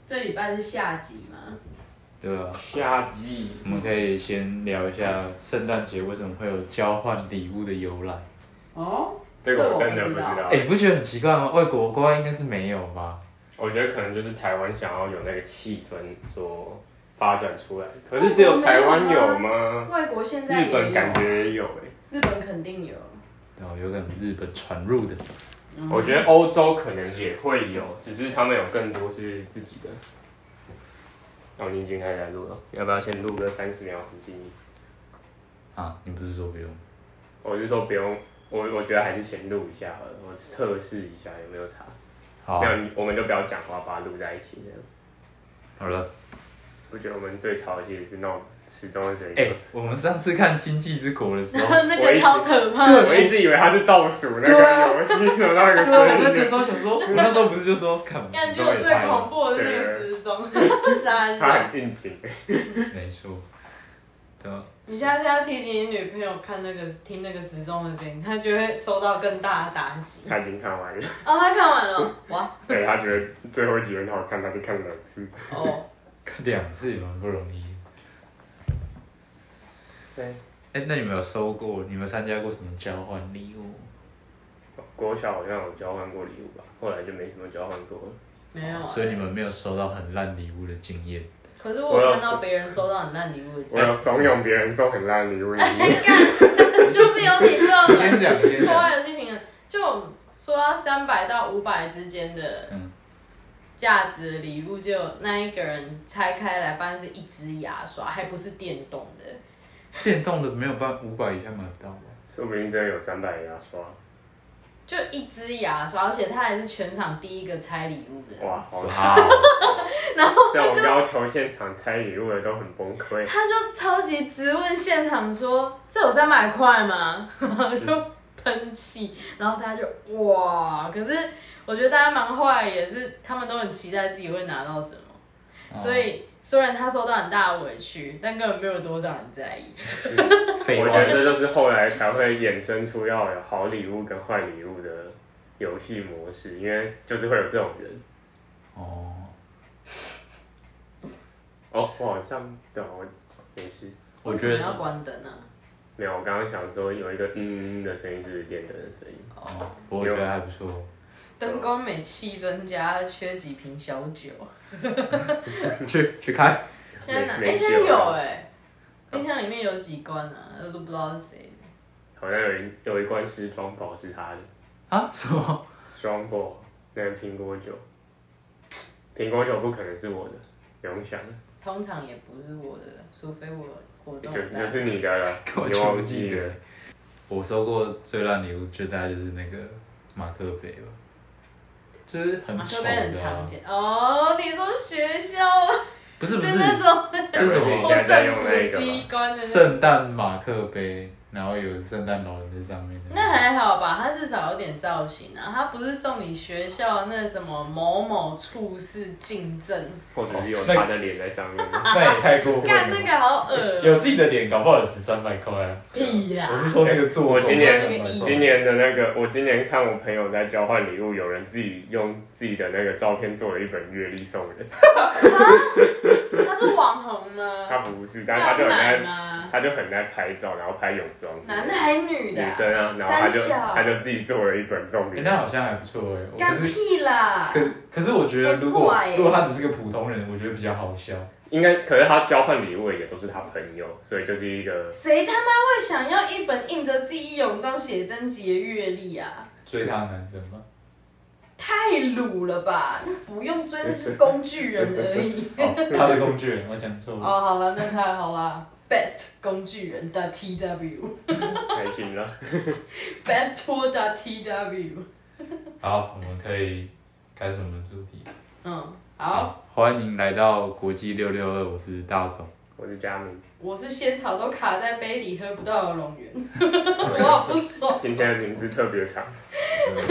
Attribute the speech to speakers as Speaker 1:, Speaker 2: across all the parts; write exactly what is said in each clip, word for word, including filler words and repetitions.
Speaker 1: 这礼拜是夏季吗？
Speaker 2: 对啊，
Speaker 3: 夏季。
Speaker 2: 我们可以先聊一下圣诞节为什么会有交换礼物的由来。
Speaker 1: 哦，
Speaker 3: 这个我真的不知道。
Speaker 2: 哎、欸，你不觉得很奇怪吗？外国国外应该是没有吧？
Speaker 3: 我觉得可能就是台湾想要有那个气氛所发展出来，可是只有台湾有吗？
Speaker 1: 外国现在也有、啊、
Speaker 3: 日本感觉也有哎、
Speaker 1: 欸，日本肯定有。
Speaker 2: 然后有可能日本传入的。
Speaker 3: 嗯、我觉得欧洲可能也会有，只是他们有更多是自己的。哦，你已经开始录了，要不要先录个三十秒很静音？
Speaker 2: 啊，你不是说不用？
Speaker 3: 我是说不用，我我觉得还是先录一下好了，我测试一下有没有差。
Speaker 2: 好、啊，
Speaker 3: 没有，我们就不要讲话，把它录在一起这样。
Speaker 2: 好了。
Speaker 3: 我觉得我们最吵的其实是那种时钟的声音。
Speaker 2: 哎、欸，我们上次看《经济之国》的时候，
Speaker 1: 那个超可怕的。
Speaker 3: 我一直以为它是倒数那个游戏的那个声音。
Speaker 2: 我那个时候想说，我那时候不是就说，看我
Speaker 1: 感觉最恐怖的是那个时钟，傻笑。
Speaker 3: 它很应景。
Speaker 2: 没错。对啊。
Speaker 1: 你下次要提醒你女朋友看那个听那个时钟的声音，她就会受到更大的打击。
Speaker 3: 她已经看完了。
Speaker 1: 哦，她看完了，哇！
Speaker 3: 对，她觉得最后一集很好看，她就看了两次。
Speaker 1: 哦。
Speaker 2: 看两次也蛮不容易。
Speaker 3: 对。
Speaker 2: 哎、欸，那你们有收过？你们参加过什么交换礼物？
Speaker 3: 国小好像有交换过礼物吧，后来就没什么交换过了。
Speaker 1: 没有、欸。
Speaker 2: 所以你们没有收到很烂礼物的经验。
Speaker 1: 可是我有看到别人收到很烂礼物的经验。
Speaker 3: 我有怂恿别人送很烂礼物。
Speaker 1: 就是有你这种人。
Speaker 2: 你先讲，你先讲。
Speaker 1: 破坏游戏平衡，就说到三百到五百之间的价值的礼物，就那一个人拆开来发现是一支牙刷，还不是电动的。
Speaker 2: 电动的没有办五百以下买不到吧？
Speaker 3: 说不定真的有三百牙刷。
Speaker 1: 就一支牙刷，而且他还是全场第一个拆礼物的。
Speaker 3: 哇，好
Speaker 2: 好。
Speaker 1: 然后
Speaker 3: 这种要求现场拆礼物的都很崩溃。
Speaker 1: 他就超级质问现场说：“这有三百块吗？”然后就喷气，然后他就哇！可是我觉得大家蛮坏，也是他们都很期待自己会拿到什么，哦、所以虽然他受到很大的委屈，但根本没有多少人在意。
Speaker 3: 我觉得这就是后来才会衍生出要有好礼物跟坏礼物的游戏模式，因为就是会有这种人。
Speaker 2: 哦。
Speaker 3: 哦，我好像对我没事。
Speaker 1: 我觉得你要关灯啊。
Speaker 3: 没有，我刚刚想说有一个嗯嗯的声音，就是电灯的声音。
Speaker 2: 哦，不过我觉得还不错。
Speaker 1: 灯光美，气氛佳，缺几瓶小酒。
Speaker 2: 去去开。
Speaker 1: 现在哪？哎、欸，现在有哎、欸，冰箱里面有几罐啊？都不知道是谁。
Speaker 3: 好像有一有一罐时装宝是他的。
Speaker 2: 啊？什么
Speaker 3: ？Strongbow 那个苹果酒。苹果酒不可能是我的，不用想。
Speaker 1: 通常也不是我的，除非我活动。
Speaker 3: 就就是你的了，
Speaker 2: 我
Speaker 3: 你忘记了。
Speaker 2: 我收过最烂礼物，就大概就是那个马克杯吧，就是很丑的、啊。马克杯很常见
Speaker 1: 哦，你说学校？
Speaker 2: 不是不是，
Speaker 1: 那种
Speaker 2: 是什么？
Speaker 1: 或政府机关的
Speaker 2: 圣诞马克杯，然后有圣诞老人在上面。
Speaker 1: 那还好吧，它至少有点造型啊，它不是送你学校那什么某某处室进赠，
Speaker 3: 或者是有他的脸在上面。
Speaker 2: 那也太过分了。
Speaker 1: 干那个好恶、喔。
Speaker 2: 有自己的脸，搞不好只三百块啊。
Speaker 1: 屁啦！
Speaker 2: 我是说那个做、
Speaker 3: 欸，我今年今年的那个，我今年看我朋友在交换礼物，有人自己用自己的那个照片做了一本月历送人。
Speaker 1: 他是网红吗？
Speaker 3: 他不是，但是他就很爱，他就很爱拍照，然后拍泳装。
Speaker 1: 男的还女的、啊？
Speaker 3: 女生啊，然后他就他就自己做了一本送给、
Speaker 2: 欸。那好像还不错哎、欸。
Speaker 1: 干屁啦！
Speaker 2: 可是可是我觉得如果、欸、如果他只是个普通人，我觉得比较好笑。
Speaker 3: 应该，可是他交换礼物也都是他朋友，所以就是一个。
Speaker 1: 谁他妈会想要一本印着自己泳装写真集的月历啊？
Speaker 2: 追他的男生吗？
Speaker 1: 太鲁了吧！不用追，那就是工具人而已。
Speaker 2: 哦、他的工具人，我讲错了。
Speaker 1: 哦，好了，那太好了。Best 工具人的 T W。
Speaker 3: 开心了。
Speaker 1: Best tour 的 T W。
Speaker 2: 好，我们可以开始我们的主题。
Speaker 1: 嗯，好。
Speaker 2: 欢迎来到国际六六二，我是大总，
Speaker 3: 我是佳明，
Speaker 1: 我是仙草都卡在杯里喝不到的龙源，我好不爽。
Speaker 3: 今天的名字特别长。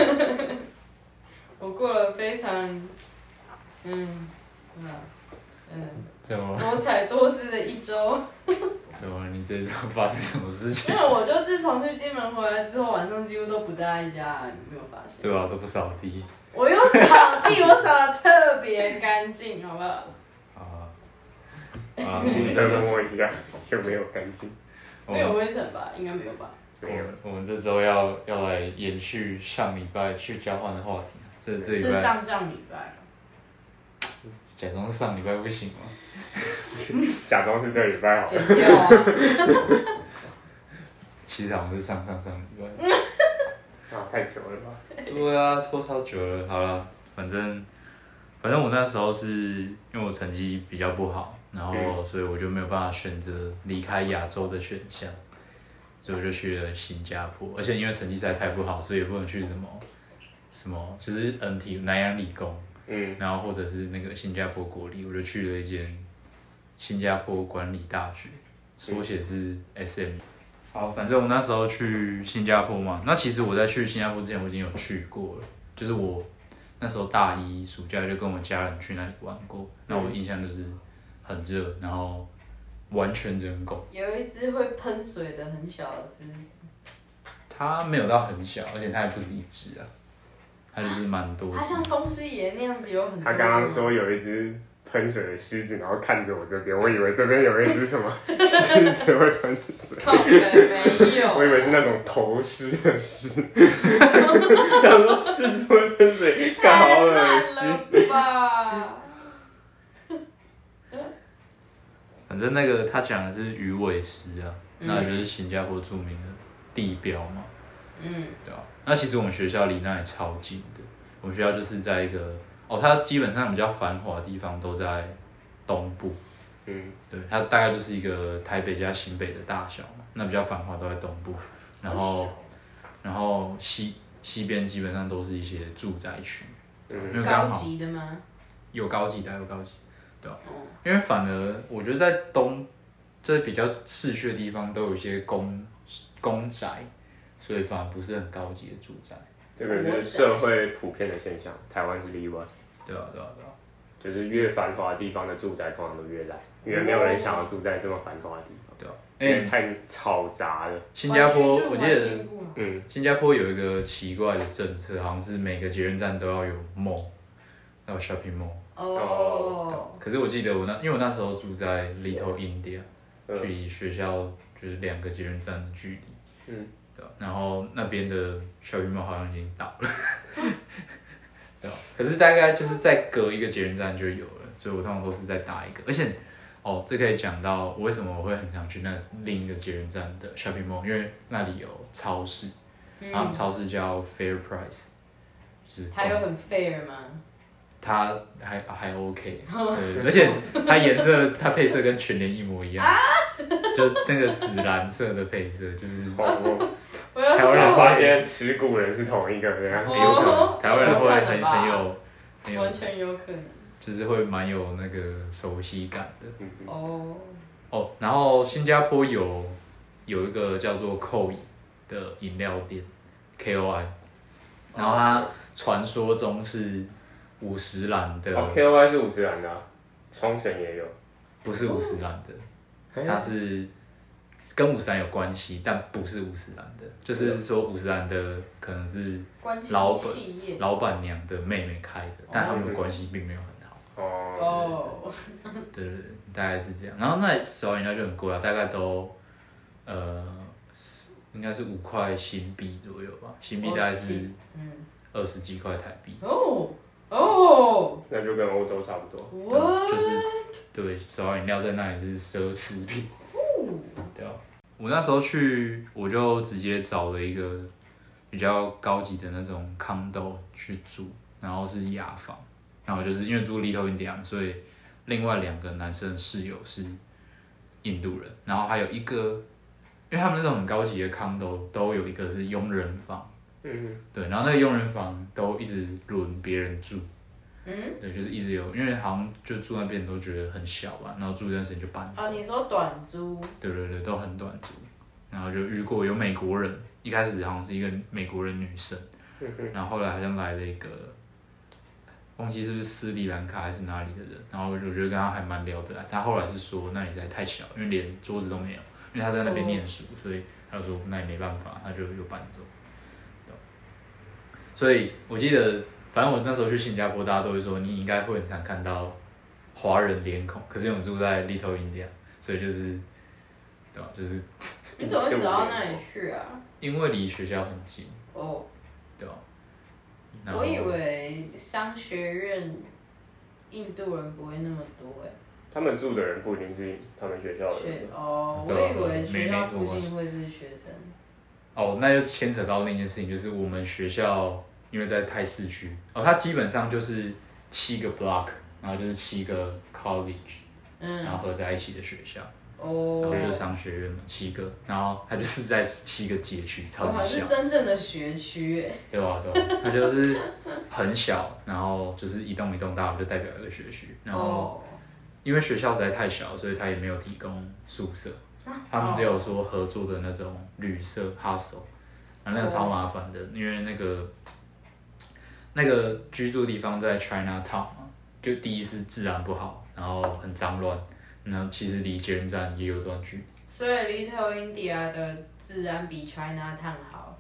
Speaker 1: 我过了非常，嗯，嗯， 嗯，
Speaker 2: 怎么
Speaker 1: 多彩多姿的一周。
Speaker 2: 怎么了？你这周发生什么事情？
Speaker 1: 因为我就自从去金门回来之后，晚上几乎都不待在家，你没有发现？
Speaker 2: 对啊，都不扫地。
Speaker 1: 我有扫地，我扫的特别干净，好不好？
Speaker 2: 啊啊！
Speaker 3: 你再问我一下，有没有干净？
Speaker 1: 没有灰尘吧？应该没有吧？
Speaker 3: 没有。
Speaker 2: 我们这周要要来延续上礼拜去交换的话题，这这礼拜
Speaker 1: 是上上礼拜。
Speaker 2: 假装是上礼拜不行吗？
Speaker 3: 假装是这礼拜好了。
Speaker 1: 剪掉啊！
Speaker 2: 其实好像是上上上礼拜。
Speaker 3: 啊，太久了吧？
Speaker 2: 对啊，拖超久了。好了，反正反正我那时候是因为我成绩比较不好，然后、嗯、所以我就没有办法选择离开亚洲的选项，所以我就去了新加坡。而且因为成绩实在太不好，所以也不能去什么什么，就是 N T 南洋理工。嗯，然后或者是那个新加坡国立，我就去了一间新加坡管理大学，缩写是 S M。好，反正我那时候去新加坡嘛，那其实我在去新加坡之前我已经有去过了，就是我那时候大一暑假就跟我家人去那里玩过，那我印象就是很热，然后完全人工。
Speaker 1: 有一只会喷水的很小的狮子。
Speaker 2: 它没有到很小，而且它也不是一只啊。它就是蛮多。
Speaker 1: 它像风狮爷那样子有很多。
Speaker 3: 他刚刚说有一只喷水的狮子，然后看着我这边，我以为这边有一只什么狮子会喷水。
Speaker 1: 靠北没有。
Speaker 3: 我以为是那种头狮的狮。想说狮子会喷水，干好恶心
Speaker 1: 吧。
Speaker 2: 反正那个他讲的是鱼尾狮啊，嗯、那就是新加坡著名的地标嘛。嗯，对吧、啊？那其实我们学校离那里超近的，我们学校就是在一个哦，它基本上比较繁华的地方都在东部，嗯，对，它大概就是一个台北加新北的大小嘛，那比较繁华都在东部，然后然后西西边基本上都是一些住宅区，
Speaker 1: 嗯，因为刚好高级的吗？
Speaker 2: 有高级的，有高级，对吧、啊？嗯、因为反而我觉得在东，就是比较市区的地方都有一些公公宅。所以反而不是很高级的住宅，
Speaker 3: 这个就是社会普遍的现象，台湾是例外。
Speaker 2: 对啊，对啊，对啊，
Speaker 3: 就是越繁华的地方的住宅通常都越烂，因为没有人想要住在这么繁华的地方。
Speaker 2: 对啊，
Speaker 3: 因为太嘈杂了。
Speaker 2: 新加坡，我记得，嗯，新加坡有一个奇怪的政策，好像是每个捷运站都要有 mall， 要有 shopping mall。哦。可是我记得我那，因为我那时候住在 Little India，、嗯、距离学校就是两个捷运站的距离。嗯。对，然后那边的 shopping mall 好像已经倒了，对吧？可是大概就是再隔一个捷运站就有了，所以我通常都是再搭一个。而且，哦，这可以讲到我为什么我会很常去那另一个捷运站的 shopping mall， 因为那里有超市，嗯、然后超市叫 Fair Price， 就是
Speaker 1: 它有很 fair 吗？
Speaker 2: 它还还 OK， 对，而且它颜色它配色跟全联一模一样，就那个紫蓝色的配色，就是。
Speaker 3: 台湾人发现持股人是同一个这样，
Speaker 2: 有可能台湾人会很很有，
Speaker 1: 很有，完全有可能，
Speaker 2: 就是会蛮有那个熟悉感的。哦哦，然后新加坡有有一个叫做 Koi 的饮料店 ，K O I， 然后它传说中是五十岚的。
Speaker 3: 哦 ，K O I 是五十岚的、啊，冲绳也有。
Speaker 2: 不是五十岚的，它是。跟五十岚有关系，但不是五十岚的，就是说五十岚的可能是老板老板娘的妹妹开的，但他们的关系并没有很好。哦，对对对，大概是这样。然后那手摇饮料就很贵啊，大概都呃应该是五块新币左右吧，新币大概是二十几块台币。
Speaker 1: 哦哦，
Speaker 3: 那就跟欧洲差不多。
Speaker 2: 对，就是对手摇饮料在那里是奢侈品。对啊，我那时候去，我就直接找了一个比较高级的那种 condo 去住，然后是雅房，然后就是因为住 Little India， 所以另外两个男生室友是印度人，然后还有一个，因为他们那种很高级的 condo 都有一个是佣人房，嗯，对，然后那个佣人房都一直轮别人住。嗯，对，就是一直有，因为好像就住那边都觉得很小吧，然后住一段时间就搬走。
Speaker 1: 哦，你说短租？
Speaker 2: 对对对，都很短租。然后就遇过有美国人，一开始好像是一个美国人女生，然后后来好像来了一个忘记是不是斯里兰卡还是哪里的人，然后我觉得跟他还蛮聊得来。他后来是说那里实在太小，因为连桌子都没有，因为他在那边念书，所以他就说那也没办法，他就又搬走。所以我记得，反正我那时候去新加坡，大家都会说你应该会很常看到华人脸孔，可是因为我住在 Little India， 所以就是对吧？就是
Speaker 1: 你怎么会走到那里去啊？
Speaker 2: 因为离学校很近。
Speaker 1: 哦。
Speaker 2: 对吧？
Speaker 1: 我以为商学院印度人不会那么多哎。
Speaker 3: 他们住的人不一定是他们学校的人。
Speaker 1: 哦，我以为学校附近会是学生。
Speaker 2: 哦，那就牵扯到那件事情，就是我们学校因为在太市区，哦，它基本上就是七个 block， 然后就是七个 college，嗯，然后合在一起的学校。哦，然后就是商学院嘛，七个，然后它就是在七个街区，超级小。
Speaker 1: 哇，是真正的学区哎。
Speaker 2: 对吧？对吧？它就是很小，然后就是一栋一栋大楼就代表一个学区，然后因为学校实在太小，所以它也没有提供宿舍，他们只有说合作的那种旅社 hostel， 啊，那个超麻烦的，因为那个那个居住的地方在 Chinatown 嘛，就第一是治安不好，然后很脏乱。然后其实离捷运站也有段距离，
Speaker 1: 所以 Little India 的治安比 Chinatown 好。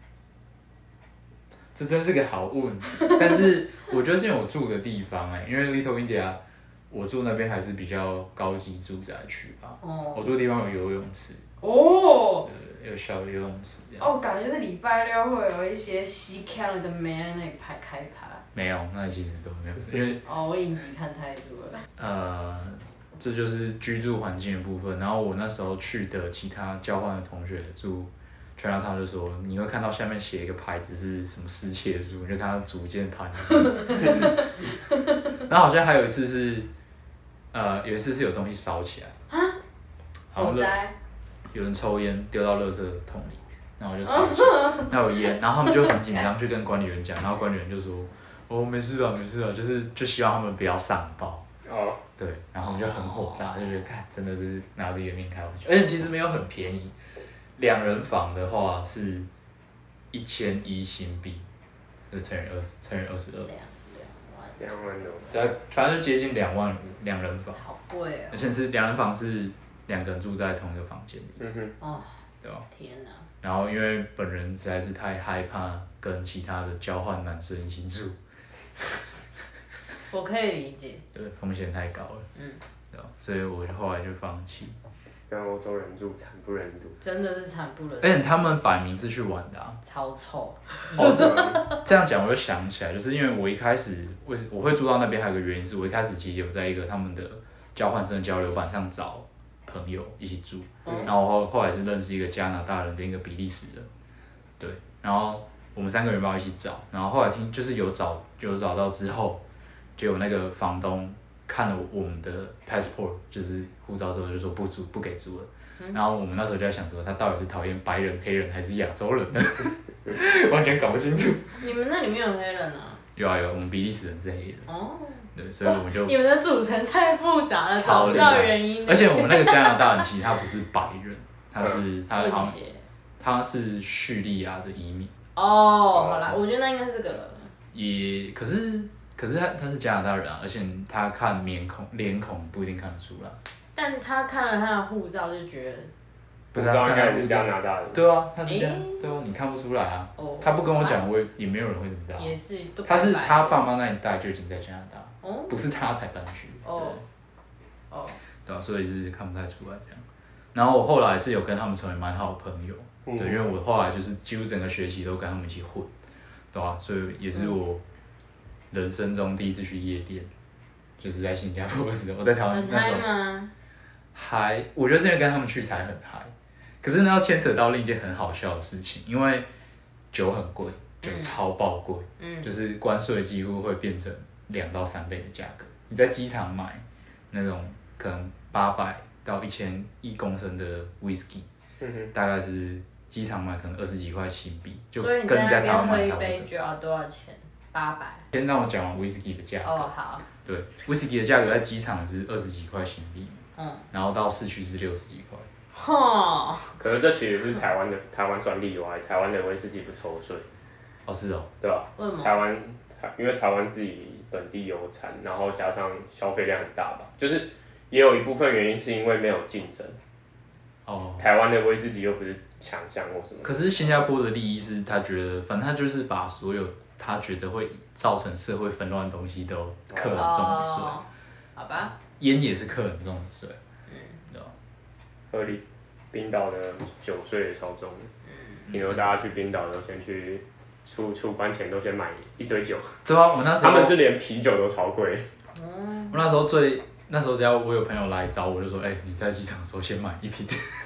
Speaker 2: 这真是个好问，但是我觉得是因为我住的地方哎、欸，因为 Little India 我住那边还是比较高级住宅区吧。哦。我住的地方有游泳池。哦。有小游泳池这样。
Speaker 1: 哦，感觉是礼拜六会有一些西康的妹在那里排开趴。
Speaker 2: 没有，那其实都没有，因为。
Speaker 1: 哦，我影集看太多了。
Speaker 2: 呃。这就是居住环境的部分，然后我那时候去的其他交换的同学住Chinatown就说，你会看到下面写一个牌子是什么失窃书，你就看到竹剑盘子，然后好像还有一次是，呃，有一次是有东西烧起来，啊，好像有人抽烟丢到垃圾桶里面，然后就烧起来，那有烟，然后他们就很紧张去跟管理员讲，然后管理员就说，哦，没事啊，没事啊，就是就希望他们不要上报。哦，对，然后我们就很火大，就觉得看真的是拿自己的命开玩笑，而且其实没有很便宜，两人房的话是一千一新币，就乘以二乘以二十二，两
Speaker 3: 万两万多，
Speaker 2: 对，反正就接近两万五，两人房，
Speaker 1: 好贵啊，
Speaker 2: 而且是两人房是两个人住在同一个房间的意思，哦，对吧？
Speaker 1: 天哪！
Speaker 2: 然后因为本人实在是太害怕跟其他的交换男生一起住。
Speaker 1: 我可以理解，
Speaker 2: 对，风险太高了，嗯，对吧？所以我后来就放弃。
Speaker 3: 跟欧洲人住惨不忍睹，
Speaker 1: 真的是惨不忍睹。
Speaker 2: 而且他们摆明是去玩的啊，
Speaker 1: 超臭。
Speaker 2: 哦，这这样讲我就想起来，就是因为我一开始为我会住到那边，还有个原因是我一开始其实有在一个他们的交换生交流版上找朋友一起住，嗯、然后后后来是认识一个加拿大人跟一个比利时人，对，然后我们三个人帮我一起找，然后后来听就是有找有找到之后。结果那个房东看了我们的 passport， 就是护照之后就说不租不给租了。嗯、然后我们那时候就在想说，他到底是讨厌白人、黑人还是亚洲人呢？完全搞不清楚。
Speaker 1: 你们那里面有黑人啊？
Speaker 2: 有啊有，我们比利时人是黑人。哦。对，所以我们就。
Speaker 1: 你们的组成太复杂了，找不到原因。
Speaker 2: 而且我们那个加拿大人其实他不是白人，他是他好像他是叙利亚的移民。
Speaker 1: 哦，好啦，我觉得那应该是这个了。
Speaker 2: 也可是。可是他他是加拿大人啊，而且他看面孔脸孔不一定看得出来。
Speaker 1: 但他看了他的护照就觉得，
Speaker 2: 不是他看他
Speaker 3: 是加拿大人。
Speaker 2: 对啊，他是这样，欸、对啊，你看不出来啊。哦、他不跟我讲，我也也没有人会知道。
Speaker 1: 也是，
Speaker 2: 他是他爸妈那一代就已经在加拿大，哦、不是他才搬去。哦。哦。对啊，所以是看不太出来这样。然后我后来是有跟他们成为蛮好的朋友，嗯、对，因为我后来就是几乎整个学期都跟他们一起混，对啊，所以也是我。嗯人生中第一次去夜店，就是在新加坡的时候，我在台湾那时候，还我觉得是因为跟他们去才很嗨，可是那要牵扯到另一件很好笑的事情，因为酒很贵，酒超爆贵，嗯、就是关税几乎会变成两到三倍的价格。你在机场买那种可能八百到一千一公升的 whisky，、嗯、大概是机场买可能二十几块新币，就跟你在台湾买差不多。所以你在那边喝一杯酒要多少钱？八百。先让我讲完 whisky 的价格。
Speaker 1: 哦，好。
Speaker 2: 对 ，whisky 的价格在机场是二十几块新币，嗯，然后到市区是六十几块。哈。
Speaker 3: 可是这其实是台湾的，台湾算例外，台湾的威士忌不抽税。
Speaker 2: 哦是哦，
Speaker 3: 对吧？
Speaker 1: 为什么？
Speaker 3: 台湾台因为台湾自己本地有产，然后加上消费量很大吧，就是也有一部分原因是因为没有竞争。
Speaker 2: 哦，
Speaker 3: 台湾的威士忌又不是强项或什么。
Speaker 2: 可是新加坡的利益是他觉得，反正他就是把所有他觉得会造成社会纷乱的东西都课很重的税。
Speaker 1: 哦，好吧。
Speaker 2: 烟也是课很重的税，嗯，对吧？
Speaker 3: 合理。冰岛的酒税也超重，嗯，听说大家去冰岛都先去出出关前都先买一堆酒。
Speaker 2: 对啊，我那时候
Speaker 3: 他们是连啤酒都超贵。
Speaker 2: 我那时候最那时候只要我有朋友来找我，就说，哎、欸，你在机场的时候先买一瓶。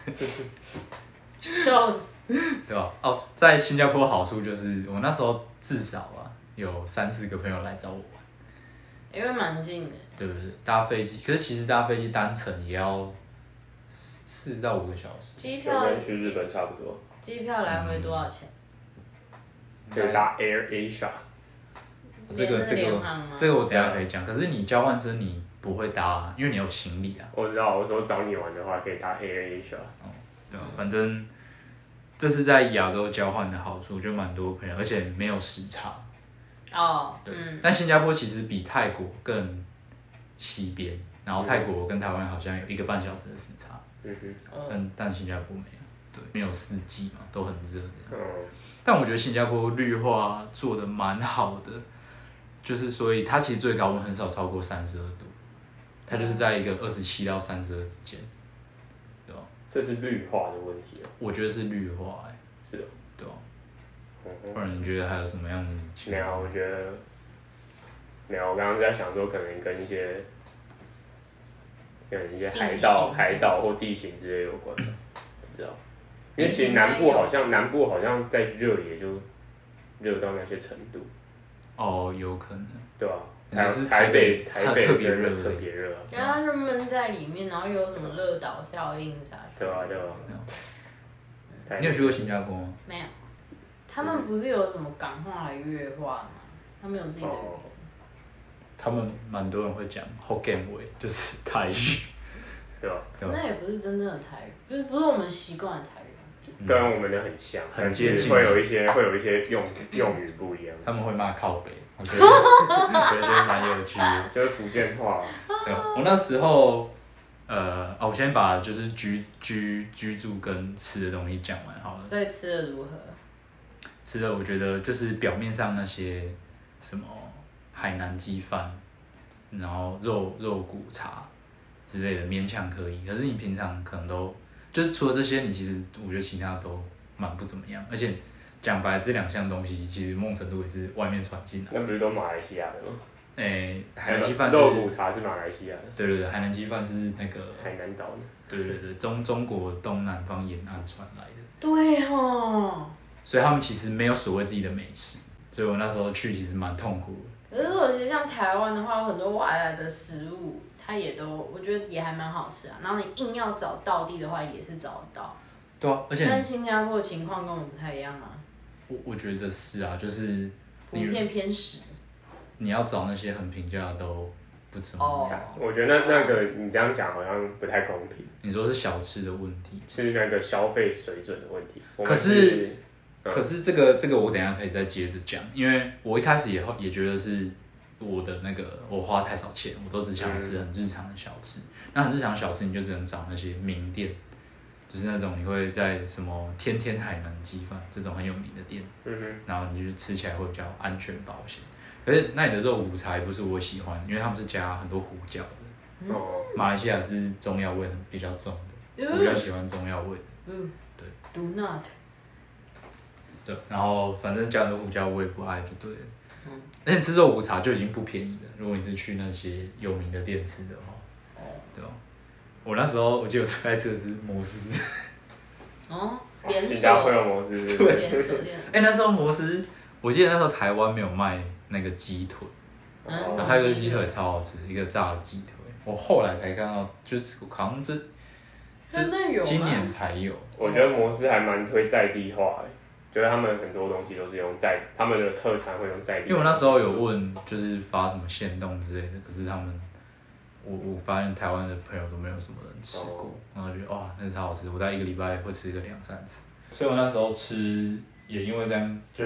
Speaker 1: 笑死。
Speaker 2: 对吧？哦，在新加坡好处就是我那时候至少啊有三四个朋友来找我玩，
Speaker 1: 因为蛮近的。
Speaker 2: 对不对？搭飞机，可是其实搭飞机单程也要四到五个小时。
Speaker 1: 机票
Speaker 3: 跟去日本差不多。
Speaker 1: 机票来回多少钱？
Speaker 3: 可以搭 Air Asia。
Speaker 2: 这个这个这个我等一下可以讲，可是你交换生你不会搭、啊，因为你有行李啊。
Speaker 3: 我知道，我说找你玩的话可以搭 Air Asia。
Speaker 2: 哦，对啊，反正这是在亚洲交换的好处，就蛮多朋友，而且没有时差。
Speaker 1: 哦，
Speaker 2: 对，
Speaker 1: 嗯。
Speaker 2: 但新加坡其实比泰国更西边，然后泰国跟台湾好像有一个半小时的时差，
Speaker 3: 嗯哼，
Speaker 2: 但但新加坡没有，对，没有四季嘛，都很热这样。
Speaker 3: 嗯，
Speaker 2: 但我觉得新加坡绿化做的蛮好的，就是所以它其实最高温很少超过三十二度，它就是在一个二十七到三十二之间，对吧？
Speaker 3: 这是绿化的问题哦。
Speaker 2: 我觉得是绿化、欸，
Speaker 3: 是的，
Speaker 2: 对吧？
Speaker 3: 嗯
Speaker 2: 不然你觉得还有什么样的情况？
Speaker 3: 没有，我觉得没有。我刚刚在想说，可能跟一些跟一些海岛、海岛或地形之类有关吧，不知道。因为其实南部好像南部好像在热也就热到那些程度。
Speaker 2: 哦，有可能。
Speaker 3: 对吧？
Speaker 2: 台
Speaker 3: 台北台北
Speaker 2: 特别热，
Speaker 3: 特别热。
Speaker 1: 然后它就闷在里面，然后有什么热岛效应啥的。
Speaker 3: 对啊，对啊。
Speaker 2: 你有去过新加坡吗？
Speaker 1: 没有。他们不是有什么港话来越化吗？他们有自己的语言。
Speaker 2: 他们蛮多人会讲 Hokkien 话，就是台语，
Speaker 3: 对吧？
Speaker 1: 那也不是真正的台语，就是不是我们习惯的台语。
Speaker 3: 跟我们的很像，
Speaker 2: 很接近，
Speaker 3: 会有一些会有一些用用语不一样。
Speaker 2: 他们会骂靠北，我觉得我觉得蛮有趣的，
Speaker 3: 就是福建话。
Speaker 2: 对，我那时候，呃，哦，我先把就是居居居住跟吃的东西讲完好了。
Speaker 1: 所以吃的如何？
Speaker 2: 吃的我觉得就是表面上那些什么海南鸡饭，然后肉肉骨茶之类的勉强可以，可是你平常可能都就是除了这些，你其实我觉得其他都蛮不怎么样，而且讲白这两项东西其实某种程度也是外面传进来。
Speaker 3: 那不是都马来西亚的吗？
Speaker 2: 诶、欸，海南鸡饭是
Speaker 3: 肉骨茶是马来西亚的。
Speaker 2: 对对对，海南鸡饭是那个
Speaker 3: 海南岛的。
Speaker 2: 对对对，中中国东南方沿岸传来的。
Speaker 1: 对哦。
Speaker 2: 所以他们其实没有所谓自己的美食，所以我那时候去其实蛮痛苦
Speaker 1: 的。可是如果其实像台湾的话，有很多外来的食物，它也都我觉得也还蛮好吃啊。然后你硬要找道地的话，也是找得到。
Speaker 2: 对啊，而且
Speaker 1: 但新加坡的情况跟我们不太一样啊。
Speaker 2: 我我觉得是啊，就是
Speaker 1: 普遍偏食。
Speaker 2: 你要找那些很平价的都不怎么样。
Speaker 3: 我觉得那那个你这样讲好像不太公平。
Speaker 2: 你说是小吃的问题，
Speaker 3: 是那个消费水准的问题。
Speaker 2: 可是。可是这个这个我等一下可以再接着讲，因为我一开始也也觉得是我的那个我花太少钱，我都只想吃很日常的小吃。那很日常的小吃你就只能找那些名店，就是那种你会在什么天天海南鸡饭这种很有名的店，然后你就吃起来会比较安全保险。可是那里的肉骨茶也不是我喜欢，因为他们是加很多胡椒的。哦。马来西亚是中药味比较重的，我比较喜欢中药味的。
Speaker 1: 嗯。
Speaker 2: 对。
Speaker 1: Do not。
Speaker 2: 对，然后反正加很多胡椒我也不爱就对了。嗯。而且吃肉骨茶就已经不便宜了，如果你是去那些有名的店吃的话。哦。对吧？我那时候我记得我最爱吃的是摩斯。
Speaker 1: 哦，连锁。
Speaker 3: 新加坡有摩斯。
Speaker 2: 对。
Speaker 1: 连锁店。
Speaker 2: 哎，那时候摩斯，我记得那时候台湾没有卖那个鸡腿，嗯、然后还有一个鸡腿超好吃，一个炸的鸡腿。我后来才看到，就是好像这。
Speaker 1: 真的有。
Speaker 2: 今年才有。
Speaker 3: 我觉得摩斯还蛮推在地化的。觉得他们很多东西都是用在他们的特产会用在地，
Speaker 2: 因为我那时候有问，就是发什么限动之类的，可是他们，我我发现台湾的朋友都没有什么人吃过，然后觉得哇，那超好吃，我大概一个礼拜会吃个两三次，所以我那时候吃也因为这样，就是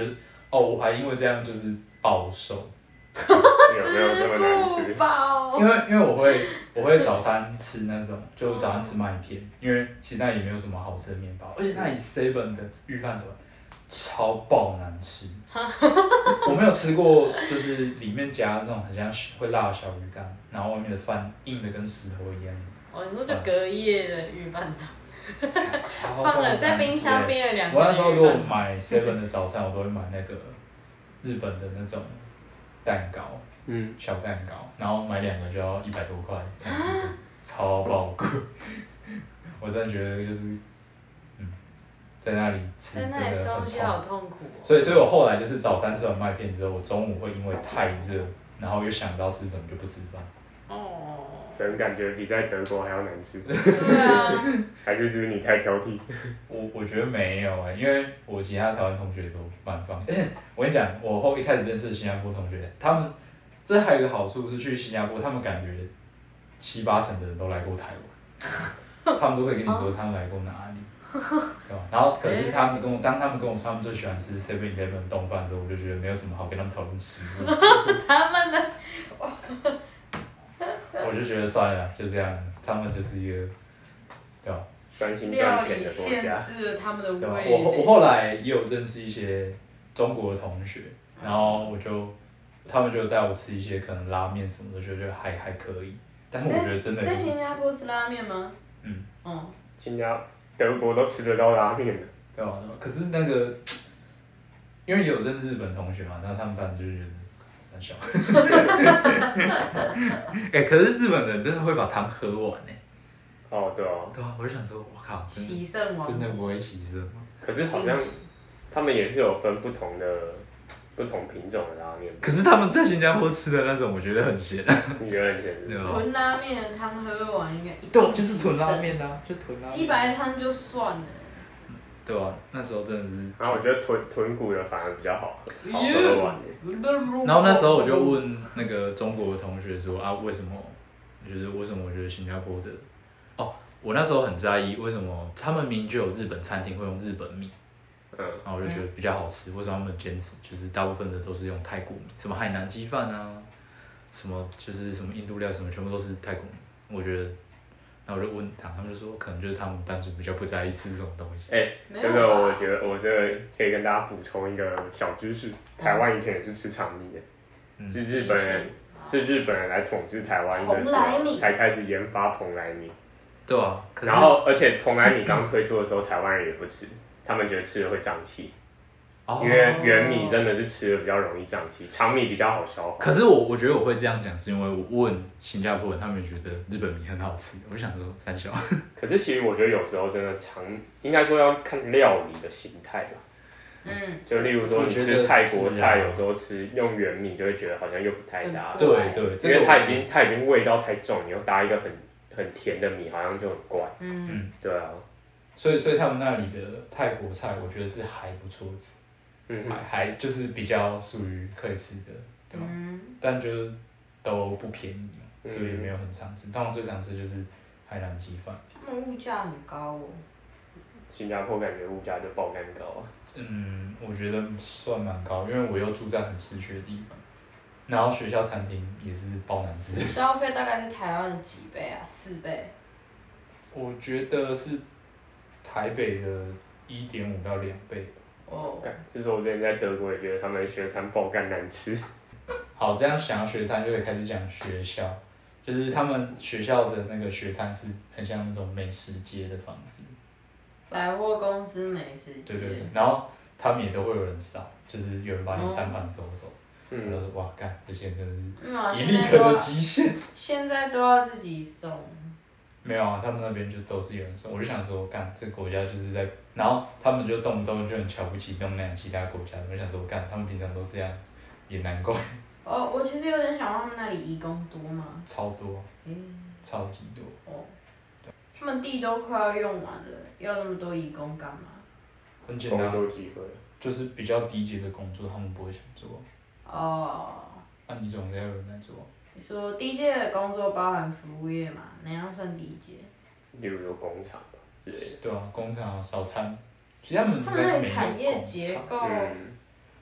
Speaker 2: 哦，我还因为这样就是暴瘦。
Speaker 3: 有没有这么难吃？
Speaker 1: 吃不饱。
Speaker 2: 因为因为我会我会早餐吃那种，就早上吃麦片，因为其实那里没有什么好吃的面包，而且那里 seven 的御饭团超爆难吃。我没有吃过，就是里面夹那种很像会辣的小鱼干，然后外面的饭硬的跟石头一样。
Speaker 1: 哦，你说就隔夜的御饭团，
Speaker 2: 超
Speaker 1: 放了在冰箱冰了两天。
Speaker 2: 我那时候如果买 seven 的早餐，我都会买那个日本的那种蛋糕。嗯，小蛋糕，然后买两个就要一百多块，超爆贵。我真的觉得就是，嗯，在那里吃真的很痛苦。好痛苦哦。所以，所以我后来就是早餐吃完麦片之后，我中午会因为太热，然后又想到吃什么就不吃饭。哦。
Speaker 3: 真感觉比在德国还要难吃。
Speaker 1: 对啊。
Speaker 3: 还是只是你太挑剔？
Speaker 2: 我我觉得没有哎、欸，因为我其他台湾同学都蛮放。我跟你讲，我后一开始认识的新加坡同学，他们。这还有一个好处是去新加坡，他们感觉七八成的人都来过台湾，他们都会跟你说他们来过哪里，对吧？然后可是他们跟我，当他们跟我说他们最喜欢吃 seven eleven 冻饭的时候，我就觉得没有什么好跟他们讨论食物。
Speaker 1: 他们的，
Speaker 2: 我就觉得算了，就这样，他们就是一个，对吧？
Speaker 3: 专心赚钱的国家。
Speaker 1: 限制了他们的胃。
Speaker 2: 我我后来也有认识一些中国的同学，然后我就。他们就带我吃一些可能拉面什么的，觉得还还可以，但是我觉得真的
Speaker 1: 在新加坡吃拉面吗？
Speaker 2: 嗯，
Speaker 1: 哦，
Speaker 3: 新加德国都吃得到拉面的，
Speaker 2: 对吧？可是那个，因为有认识日本同学嘛，然后他们当然就觉得三小，哎、欸，可是日本人真的会把汤喝完呢、欸。
Speaker 3: 哦，对哦，
Speaker 2: 对啊，我就想说，我靠，
Speaker 1: 洗肾王，
Speaker 2: 真的不会洗肾吗？
Speaker 3: 可是好像他们也是有分不同的。不同品种的拉面，
Speaker 2: 可是他们在新加坡吃的那种，我觉得很咸。
Speaker 3: 你觉得很咸是吗？
Speaker 1: 豚拉面的汤喝完应该一定
Speaker 2: 对，就是豚拉面啊，就豚拉面。
Speaker 1: 鸡白汤就算了。
Speaker 2: 对啊，那时候真的是。
Speaker 3: 然后我觉得豚豚骨的反而比较好喝，好喝完的。
Speaker 2: 然后那时候我就问那个中国的同学说啊，为什么？就是为什么我觉得新加坡的，哦，我那时候很在意为什么他们明明就有日本餐厅会用日本米。嗯，然后我就觉得比较好吃，为什么他们坚持？就是大部分的都是用泰国米，什么海南鸡饭啊，什么就是什么印度料，什么全部都是泰国米。我觉得，那我就问他，他们就说可能就是他们单纯比较不在意吃这种东西。
Speaker 3: 哎、欸，这个我觉得我这个可以跟大家补充一个小知识，台湾以前也是吃长米的，嗯、是日本人是日本人来统治台湾的时候才开始研发蓬莱米。
Speaker 2: 对啊，
Speaker 3: 然后而且蓬莱米刚推出的时候，台湾人也不吃。他们觉得吃了会胀气，哦、因为圆米真的是吃了比较容易胀气，长米比较好消化。
Speaker 2: 可是我我觉得我会这样讲，是因为我问新加坡人，他们觉得日本米很好吃，我就想说三小。
Speaker 3: 可是其实我觉得有时候真的长，应该说要看料理的形态吧。嗯，就例如说你吃泰国菜，有时候吃用圆米就会觉得好像又不太搭。
Speaker 2: 对对，
Speaker 3: 因为它已经它已经味道太重，你又搭一个很很甜的米，好像就很怪。嗯，对啊。
Speaker 2: 所以，所以他们那里的泰国菜，我觉得是还不错吃，嗯、还还就是比较属于可以吃的，对吧？嗯、但就是都不便宜嘛，所以也没有很常吃。但我最常吃就是海南鸡饭。
Speaker 1: 他们物价很高哦。
Speaker 3: 新加坡感觉物价就爆干高啊。
Speaker 2: 嗯，我觉得算蛮高，因为我又住在很市区的地方，然后学校餐厅也是爆难吃。
Speaker 1: 消费大概是台湾的几倍啊？四倍？
Speaker 2: 我觉得是。台北的一点五到两倍。
Speaker 3: 哦，就是说我之前在德国也觉得他们学餐爆干难吃。
Speaker 2: 好，这样想要学餐就可以开始讲学校，就是他们学校的那个学餐是很像那种美食街的方式。
Speaker 1: 百货公司美食街。
Speaker 2: 对对对，然后他们也都会有人扫，就是有人把你餐盘收走。嗯。我就说哇，干，这些人真的是一粒克的极限。
Speaker 1: 现在都要自己送。
Speaker 2: 没有啊，他们那边就都是有人送，我就想说，干这个国家就是在，然后他们就动不动就很瞧不起东南亚其他国家，我就想说，干他们平常都这样，也难怪。
Speaker 1: 哦，我其实有点想问他们那里移工多吗？
Speaker 2: 超多，嗯，超级多。哦，
Speaker 1: 他们地都快要用完了，要那么多移工干嘛？
Speaker 2: 很简单，就是比较低阶的工作，他们不会想做。哦。那、啊、你总是要有人来做。
Speaker 1: 你说低阶的工作包含服务业嘛？哪样算低阶？
Speaker 3: 例如说工厂吧之类的。
Speaker 2: 对啊，工厂、烧餐，其实他们应
Speaker 1: 该是没有
Speaker 2: 工厂。
Speaker 1: 产业结构、嗯、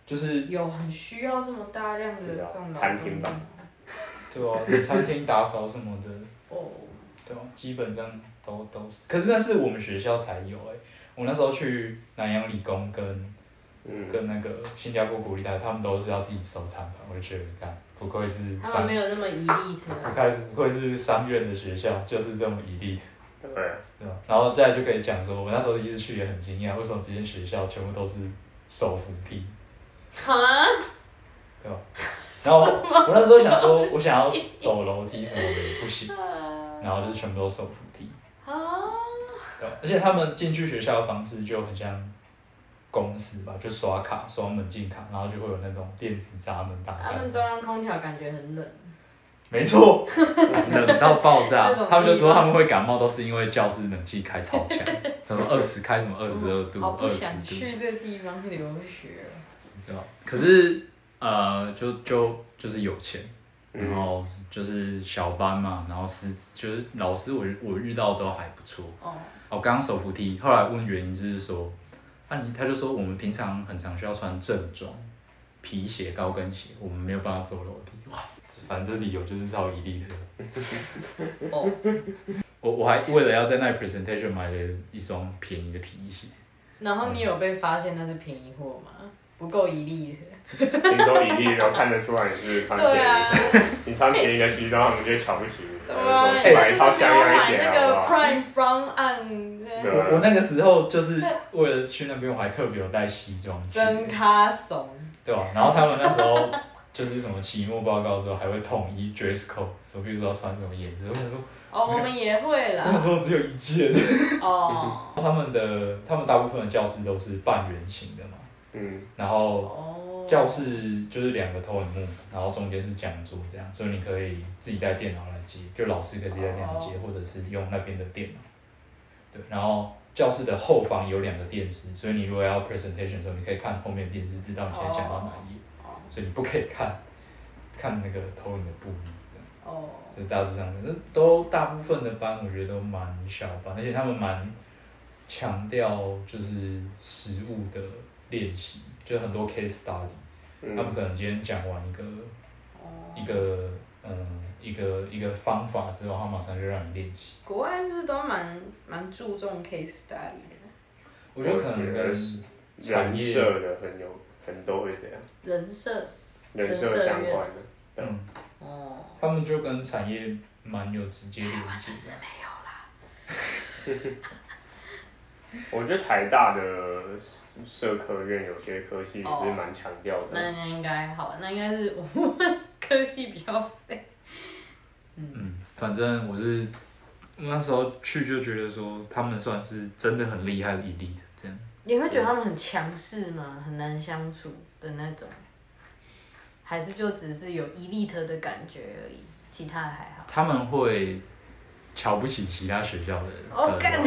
Speaker 2: 就是
Speaker 1: 有很需要这么大量的这种
Speaker 3: 餐厅吧，
Speaker 2: 对啊，你餐厅打扫什么的，
Speaker 1: 哦，
Speaker 2: 对啊，基本上都都是。可是那是我们学校才有哎、欸，我那时候去南洋理工跟、嗯、跟那个新加坡国立大学，他们都是要自己收餐盘，我就觉得干不愧是
Speaker 1: 他们没有那么 elite，
Speaker 2: 不愧是不愧是商院的学校，就是这么 elite。
Speaker 3: 对，
Speaker 2: 对吧？然后再来就可以讲说，我那时候第一次去也很惊讶，为什么这间学校全部都是手扶梯？
Speaker 1: 哈？对
Speaker 2: 吧？然后我那时候想说，我想要走楼梯什么的也不行，然后就是全部都手扶梯。啊？对吧？而且他们进去学校的方式就很像公司吧，就刷卡刷门禁卡，然后就会有那种电子闸门打开。
Speaker 1: 他们中央空调感觉很冷。
Speaker 2: 没错，冷到爆炸。他们就说他们会感冒，都是因为教室冷气开超强，什么二十开什么二十二度、二十度。
Speaker 1: 想去这个地方留学。
Speaker 2: 对吧？可是呃，就就就是有钱，然后就是小班嘛，然后是就是老师我我遇到都还不错。哦。哦，刚刚手扶梯，后来问原因就是说，啊你他就说我们平常很常需要穿正装，皮鞋、高跟鞋，我们没有办法走楼梯。哇！反正理由就是超一力的。哦，我我还为了要在那 presentation 买了一双便宜的皮鞋。
Speaker 1: 然后你有被发现那是便宜货吗？不够一力的。
Speaker 3: 你说一力，然后看得出来你是穿便宜的，啊、你穿便宜的西装，他们就会瞧不起你。
Speaker 1: 对啊，
Speaker 3: 说买一套像样一点
Speaker 1: 好不好？买那个 Prime 方案。
Speaker 2: 我我那个时候就是为了去那边，我还特别有带西装去。
Speaker 1: 真卡怂。对
Speaker 2: 吧？然后他们那时候。就是什么期末报告的时候还会统一 dress code， 说比如说要穿什么颜色，我想说，
Speaker 1: 哦，我们也会啦。
Speaker 2: 我想说只有一件。
Speaker 1: 哦。
Speaker 2: 他们的他们大部分的教室都是半圆形的嘛，嗯，然后教室就是两个投影幕，然后中间是讲桌这样，所以你可以自己带电脑来接，就老师可以自己带电脑接，或者是用那边的电脑。对，然后教室的后方有两个电视，所以你如果要 presentation 的时候，你可以看后面的电视，知道你现在讲到哪一页。所以你不可以看，看那个投影的布幕这样。哦。所以大致上，这都大部分的班，我觉得都蛮小班，而且他们蛮强调就是实务的练习，就很多 case study，、嗯、他们可能今天讲完一个、哦、一个嗯一个一个方法之后，他马上就让你练习。
Speaker 1: 国外是不是都蛮蛮注重 case study 的？
Speaker 2: 我觉得可能跟产业
Speaker 3: 的很有。很都会这样，
Speaker 1: 人设，
Speaker 3: 人设相关的，
Speaker 2: 嗯，哦，他们就跟产业蛮有直接联系的。
Speaker 1: 是没有啦。
Speaker 3: 我觉得台大的社科院有些科系也是蛮强调的。
Speaker 1: 那那应该好，那应该是我们科系比较废。
Speaker 2: 嗯, 嗯，反正我是那时候去就觉得说，他们算是真的很厉害的elite这样。
Speaker 1: 你会觉得他们很强势吗？很难相处的那种，还是就只是有elite的感觉而已，其他的还好。
Speaker 2: 他们会瞧不起其他学校的人。
Speaker 1: 哦，干！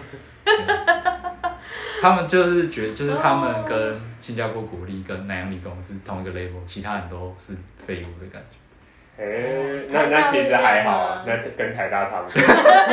Speaker 2: 他们就是觉得，就是他们跟新加坡国立跟南洋理工是同一个 level， 其他人都是废物的感觉。
Speaker 3: 哎、欸，那那其实还好啊，那跟台大差不多。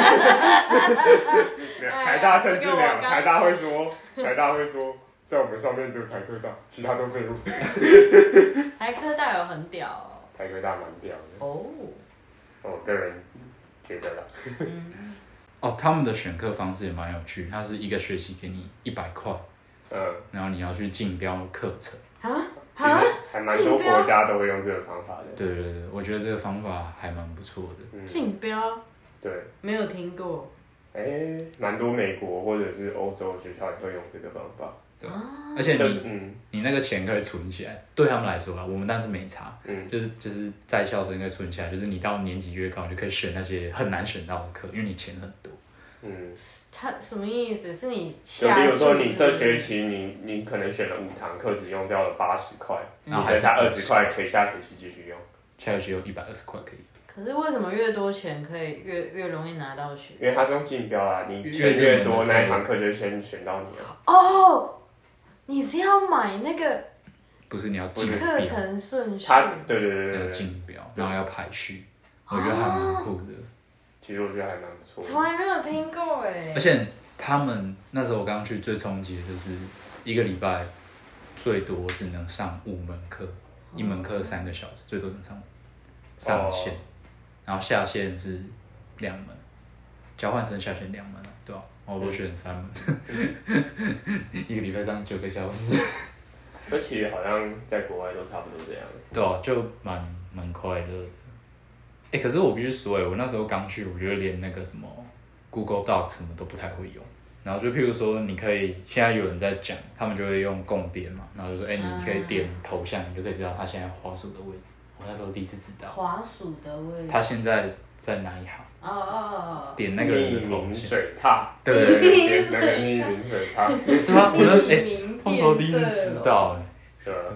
Speaker 3: 台大甚至没有，台大会说，台大会说，在我们上面只有台科大，其他都废物。
Speaker 1: 台科大有很屌、哦。
Speaker 3: 台科大蛮屌的。哦。我个人觉得啦。
Speaker 2: 嗯。哦，他们的选课方式也蛮有趣，他是一个学期给你一百块，嗯，然后你要去竞标课程。
Speaker 1: 啊？
Speaker 3: 其实还蛮多国家都会用这个方法的。
Speaker 2: 对对对，我觉得这个方法还蛮不错
Speaker 1: 的。竞标？
Speaker 3: 对。
Speaker 1: 没有听过。
Speaker 3: 哎、欸，蛮多美国或者是欧洲学校也会用这个方法。
Speaker 2: 对。啊、而且你、就是嗯、你那个钱可以存起来，对他们来说啊，我们当时没差，嗯，就是就是在校生可以存起来，就是你到年级越高，你就可以选那些很难选到的课，因为你钱很多。
Speaker 1: 嗯，他什么意思？是你
Speaker 3: 就比如说你这学期你你可能选了五堂课，只用掉了八十块，然后剩下二十块可以下学期继续用，
Speaker 2: 下学期有一百二十块可以。
Speaker 1: 可是为什么越多钱可以越越容易拿到学？
Speaker 3: 因为它是用竞标啊，你选越多那一堂课就先选到你啊。
Speaker 1: 哦，你是要买那个？
Speaker 2: 不是，你要竞
Speaker 1: 标。课程顺序。
Speaker 3: 它对对对对，
Speaker 2: 要竞标，然后要排序，我觉得还蛮酷的。
Speaker 3: 其实我觉得还蛮不错的。
Speaker 1: 从来没有听过哎。
Speaker 2: 而且他们那时候我刚刚去最冲击的就是一个礼拜最多只能上五门课，一门课三个小时，最多能上上限，然后下限是两门，交换生下限两门啊，对吧？我都选三门，一个礼拜上九个小时。
Speaker 3: 这其实好像在国外都差不多这样。
Speaker 2: 对啊，就蛮蛮快乐的。哎、欸，可是我必须说，哎，我那时候刚去，我觉得连那个什么 Google Docs 什么都不太会用。然后就譬如说，你可以现在有人在讲，他们就会用共编嘛，然后就说，哎、欸，你可以点头像，你就可以知道他现在滑鼠的位置。我那时候第一次知道。
Speaker 1: 滑鼠的位置。
Speaker 2: 他现在在哪一行？
Speaker 1: 哦哦哦。
Speaker 2: 点那个人的头像。
Speaker 3: 水獭。
Speaker 2: 对对对，
Speaker 3: 点那个匿名水獭。
Speaker 2: 对啊，我那哎，那时候第一次知道哎。
Speaker 3: 对啊。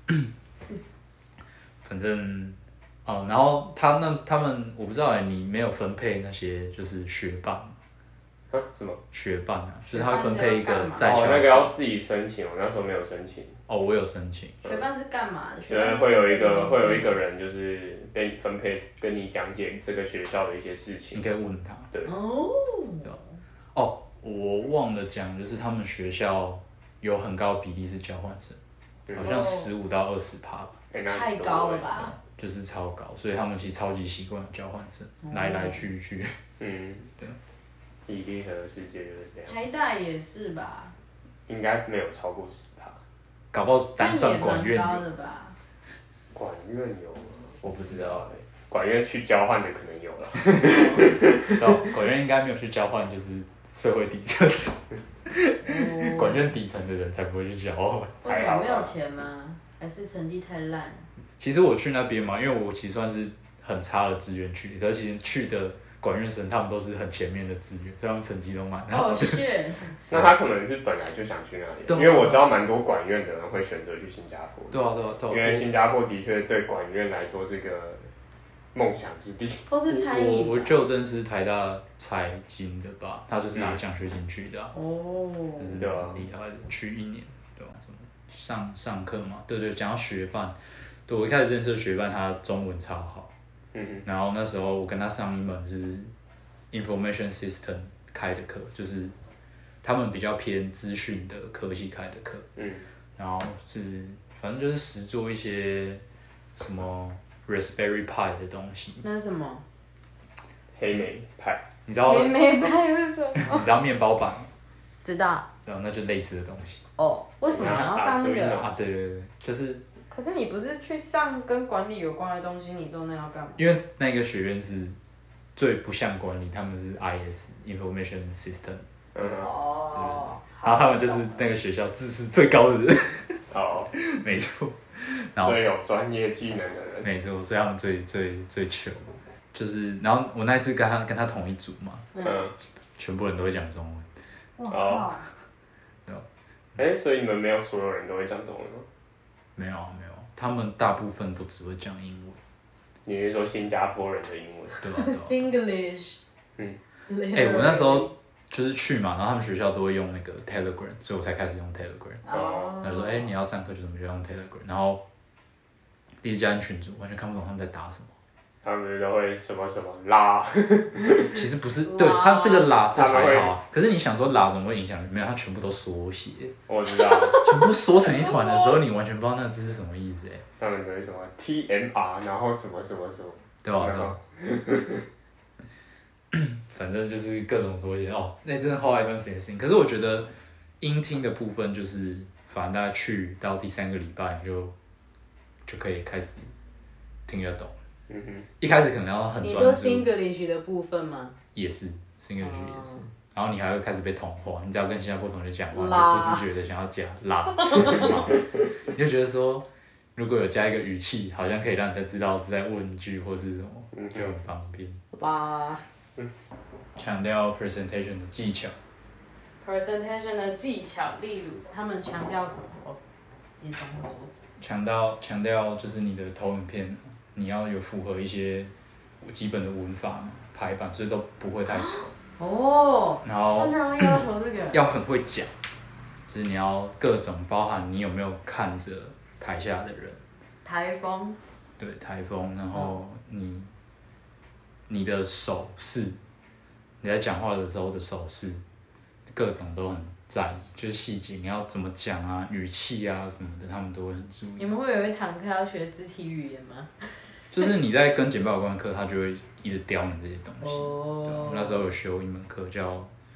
Speaker 2: 反正。哦，然后他那他们我不知道哎，你没有分配那些就是学伴吗？
Speaker 3: 啊？什么？
Speaker 2: 学伴啊，就是他会分配一个在校。
Speaker 3: 哦，那个要自己申请，我那时候没有申请。
Speaker 2: 哦，我有申请。
Speaker 1: 学伴是干嘛的？
Speaker 3: 学伴会有一个会有一个人就是被分配跟你讲解这个学校的一些事情。
Speaker 2: 你可以问他。
Speaker 3: 对。
Speaker 1: 哦。
Speaker 2: 对。哦，我忘了讲，就是他们学校有很高比例是交换生，
Speaker 3: 嗯、
Speaker 2: 好像十五到二十趴吧。
Speaker 3: 欸、
Speaker 1: 太高了吧？
Speaker 2: 就是超高，所以他们其实超级习惯交换生，哦、来来去去。
Speaker 3: 嗯，
Speaker 2: 对。
Speaker 3: 以利和的世界就是这样。
Speaker 1: 台大也是吧？
Speaker 3: 应该没有超过十趴。
Speaker 2: 搞不好单上管院
Speaker 1: 高的吧？
Speaker 3: 管院有吗？
Speaker 2: 我不知道哎、
Speaker 3: 欸。管院去交换的可能有了。
Speaker 2: 对，管院应该没有去交换，就是社会底层。哦、管院底层的人才不会去交换。
Speaker 1: 为什么没有钱吗？还是成绩太烂？
Speaker 2: 其实我去那边嘛，因为我其实算是很差的志愿去的，可是其实去的管院生他们都是很前面的志愿，所以他们成绩都蛮好的。
Speaker 1: 哦，是。
Speaker 3: 那他可能是本来就想去那里，因为我知道蛮多管院的人会选择去新加坡。
Speaker 2: 对啊，对啊，对啊。
Speaker 3: 因为新加坡的确对管院来说是个梦想之地。
Speaker 1: 都是餐饮。
Speaker 2: 我我就认识台大财经的吧，他就是拿奖学金去的、啊。
Speaker 1: 哦、
Speaker 2: 嗯。就是很厉害的，去一年，对吧？什么上上课嘛，对对，讲到学伴。对，我一开始认识的学伴，他中文超好，
Speaker 3: 嗯嗯，
Speaker 2: 然后那时候我跟他上一门是 information system 开的课，就是他们比较偏资讯的科系开的课，
Speaker 3: 嗯，
Speaker 2: 然后是反正就是实做一些什么 Raspberry Pi 的东西。
Speaker 1: 那是什么？
Speaker 3: 黑莓派。
Speaker 2: 你知道？
Speaker 1: 黑莓派是什么？
Speaker 2: 你知道面包板？
Speaker 1: 知道。
Speaker 2: 对，那就类似的东西。
Speaker 1: 哦，为什么你要上那个？
Speaker 2: 啊，对对对，就是。
Speaker 1: 可是你不是去上跟管理有关的东西，你做那要干嘛？
Speaker 2: 因为那个学院是最不像管理，他们是 I S Information System。
Speaker 3: 嗯。
Speaker 1: 哦。
Speaker 2: 然后他们就是那个学校知识最高的人。
Speaker 3: 哦。
Speaker 2: 没错。
Speaker 3: 最有专业技能的人。
Speaker 2: 没错，所以他们最最最糗。就是，然后我那一次跟他跟他同一组嘛，
Speaker 3: 嗯，
Speaker 2: 全部人都会讲中
Speaker 1: 文。哦。
Speaker 2: 对。
Speaker 3: 哎，所以你们没有所有人都会讲中文吗？
Speaker 2: 没有没有，他们大部分都只会讲英文。
Speaker 3: 你是说新加坡人的英文？
Speaker 2: 对吧？
Speaker 1: Singlish。
Speaker 2: 嗯。哎、欸，我那时候就是去嘛，然后他们学校都会用那个 Telegram， 所以我才开始用 Telegram。哦。他说：“哎、欸，你要上课就怎么就用 Telegram。”然后第一次加进群组，完全看不懂他们在打什么。
Speaker 3: 他们都会什么什么拉。
Speaker 2: 其实不是，对他这个拉是还好啊。可是你想说拉怎么会影响？没有，他全部都缩写。
Speaker 3: 我知道。
Speaker 2: 全部缩成一团的时候，你完全不知道那个字是什么意思哎。
Speaker 3: 他们都会什么 T M R， 然后什么什么什么。
Speaker 2: 对吧？对吧？反正就是各种缩写哦，那真的花了一段时间事情。可是我觉得音听的部分就是，反正大家去到第三个礼拜，你就就可以开始听得懂。
Speaker 3: 嗯哼，
Speaker 2: 一开始可能要很专注。
Speaker 1: 你说 Singlish 的部分吗？
Speaker 2: 也是 Singlish 也是，然后你还会开始被同化，你只要跟新加坡同学讲话，你就不自觉的想要加拉，你就觉得说，如果有加一个语气，好像可以让人家知道是在问句或是什么，就很方便。
Speaker 1: 拉。
Speaker 2: 强调 presentation 的技巧。
Speaker 1: presentation 的技巧，例如他们强调什么？哦，你总会桌子。
Speaker 2: 强调强调就是你的投影片。你要有符合一些基本的文法排版，所以都不会太丑。
Speaker 1: 哦。
Speaker 2: 然后。
Speaker 1: 通常会要求这个。
Speaker 2: 要很会讲，就是你要各种包含你有没有看着台下的人。
Speaker 1: 台风。
Speaker 2: 对，台风，然后你、哦、你的手势，你在讲话的时候的手势，各种都很在意，就是细节，你要怎么讲啊，语气啊什么的，他们都会很注意。
Speaker 1: 你们会有一堂课要学肢体语言吗？
Speaker 2: 就是你在跟简报有关的课，他就会一直刁你这些东西。
Speaker 1: 哦、
Speaker 2: 对，那时候有修一门课叫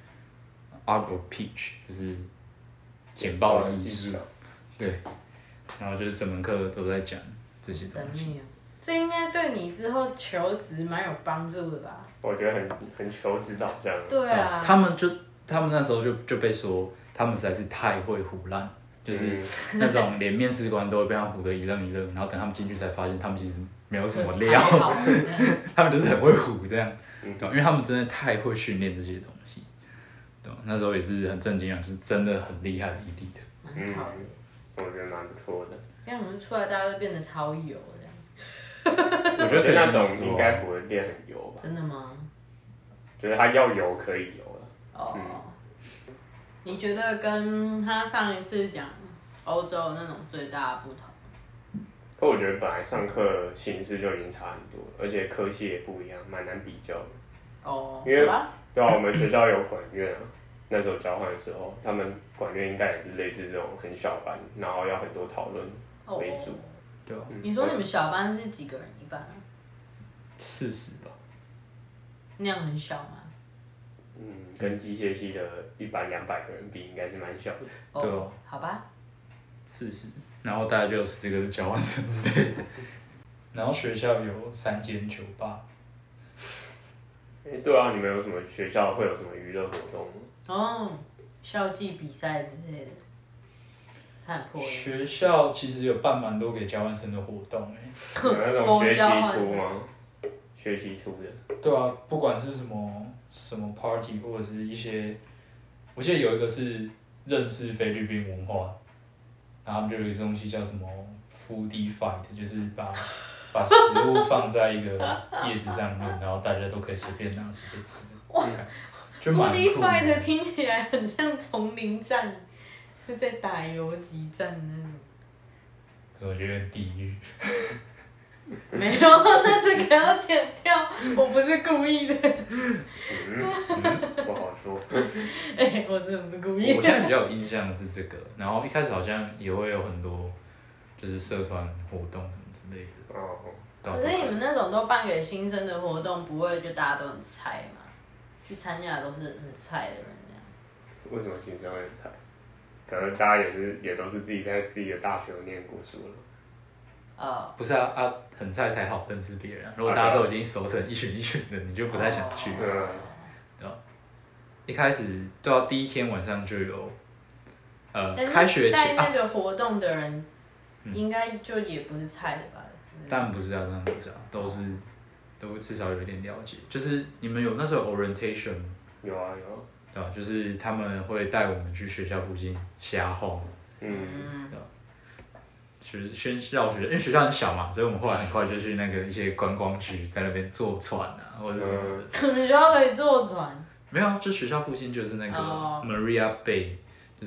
Speaker 2: Art of Pitch， 就是简报的艺术。对，然后就是整门课都在讲这些东西。
Speaker 1: 这应该对你之后求职蛮有帮助的吧？
Speaker 3: 我觉得很很求职导向。
Speaker 1: 对啊，
Speaker 2: 他们就他们那时候就就被说他们实在是太会唬烂，就是那种连面试官都会被他唬得一愣一愣，然后等他们进去才发现他们其实没有什么料，他们就是很会唬这样，对，因为他们真的太会训练这些东西，对，那时候也是很震惊啊，就是真的很厉害的一力的。
Speaker 1: 蛮好的，
Speaker 3: 我觉得蛮不错的。
Speaker 1: 这样我们出来大家都变得超油这样。
Speaker 3: 我觉得那种应该不会变很油吧？
Speaker 1: 真的吗？
Speaker 3: 就是它要油可以油了。
Speaker 1: 哦、嗯。你觉得跟他上一次讲欧洲那种最大的不同？
Speaker 3: 可我觉得本来上课形式就已经差很多，而且科系也不一样，蛮难比较的。
Speaker 1: 哦，
Speaker 3: 因为对啊，我们学校有管院啊，那时候交换的时候，他们管院应该也是类似这种很小班，然后要很多讨论为主。哦、
Speaker 2: 对啊。
Speaker 1: 你说你们小班是几个人一班啊？
Speaker 2: 四十吧。
Speaker 1: 那样很小吗？
Speaker 3: 嗯，跟机械系的一般两百个人比，应该是蛮小的。
Speaker 1: 哦、
Speaker 2: 对啊。
Speaker 1: 好吧。
Speaker 2: 四十，然后大概就有十个是交换生之类的。然后学校有三间酒吧。
Speaker 3: 欸、对啊，你们有什么学校会有什么娱乐活动吗？
Speaker 1: 哦，校际比赛之类的。太破了。
Speaker 2: 学校其实有办蛮多给交换生的活动诶、
Speaker 3: 欸。有那种学习出吗？学习出的。
Speaker 2: 对啊，不管是什么什么 party 或者是一些，我记得有一个是认识菲律宾文化，然后他们就有一个东西叫什么 foodie fight， 就是把把食物放在一个叶子上面，然后大家都可以随便拿随便吃。哇
Speaker 1: ，foodie fight 听起来很像丛林战，是在打游击战那种。
Speaker 2: 可是我觉得很地狱。
Speaker 1: 没有，那这个要剪掉，我不是故意的。
Speaker 3: 嗯嗯、不好说。
Speaker 1: 哎、欸，我真的不是故意的。
Speaker 2: 我现在比较有印象的是这个，然后一开始好像也会有很多，就是社团活动什么之类的。
Speaker 3: 哦。
Speaker 1: 可是你们那种都办给新生的活动，不会就大家都很菜嘛？去参加的都是很菜的人这样。
Speaker 3: 为什么新生会很菜？可能大家也是也都是自己在自己的大学念过书了。
Speaker 1: 哦，
Speaker 2: 不是啊啊，很菜才好认识别人、啊。如果大家都已经熟成一群一群的，你就不太想去。
Speaker 3: 对、哦。
Speaker 2: 对吧？一開始到第一天晚上就有，呃，開學前
Speaker 1: 帶那個活動的人，應該就也不是菜的吧？
Speaker 2: 嗯、當然不是啊，當然不是啊，都是都至少有一點了解。就是你們有那時候 orientation
Speaker 3: 有啊有啊，
Speaker 2: 對吧？就是他們會帶我們去學校附近瞎晃，
Speaker 3: 嗯，
Speaker 2: 對吧？就是先繞學，因為學校很小嘛，所以我們後來很快就去那個一些觀光區，在那邊坐船啊，或者什麼的。
Speaker 1: 你們學校可以坐船？
Speaker 2: 沒有，就學校附近就是那個 Maria Bay，、oh. 就是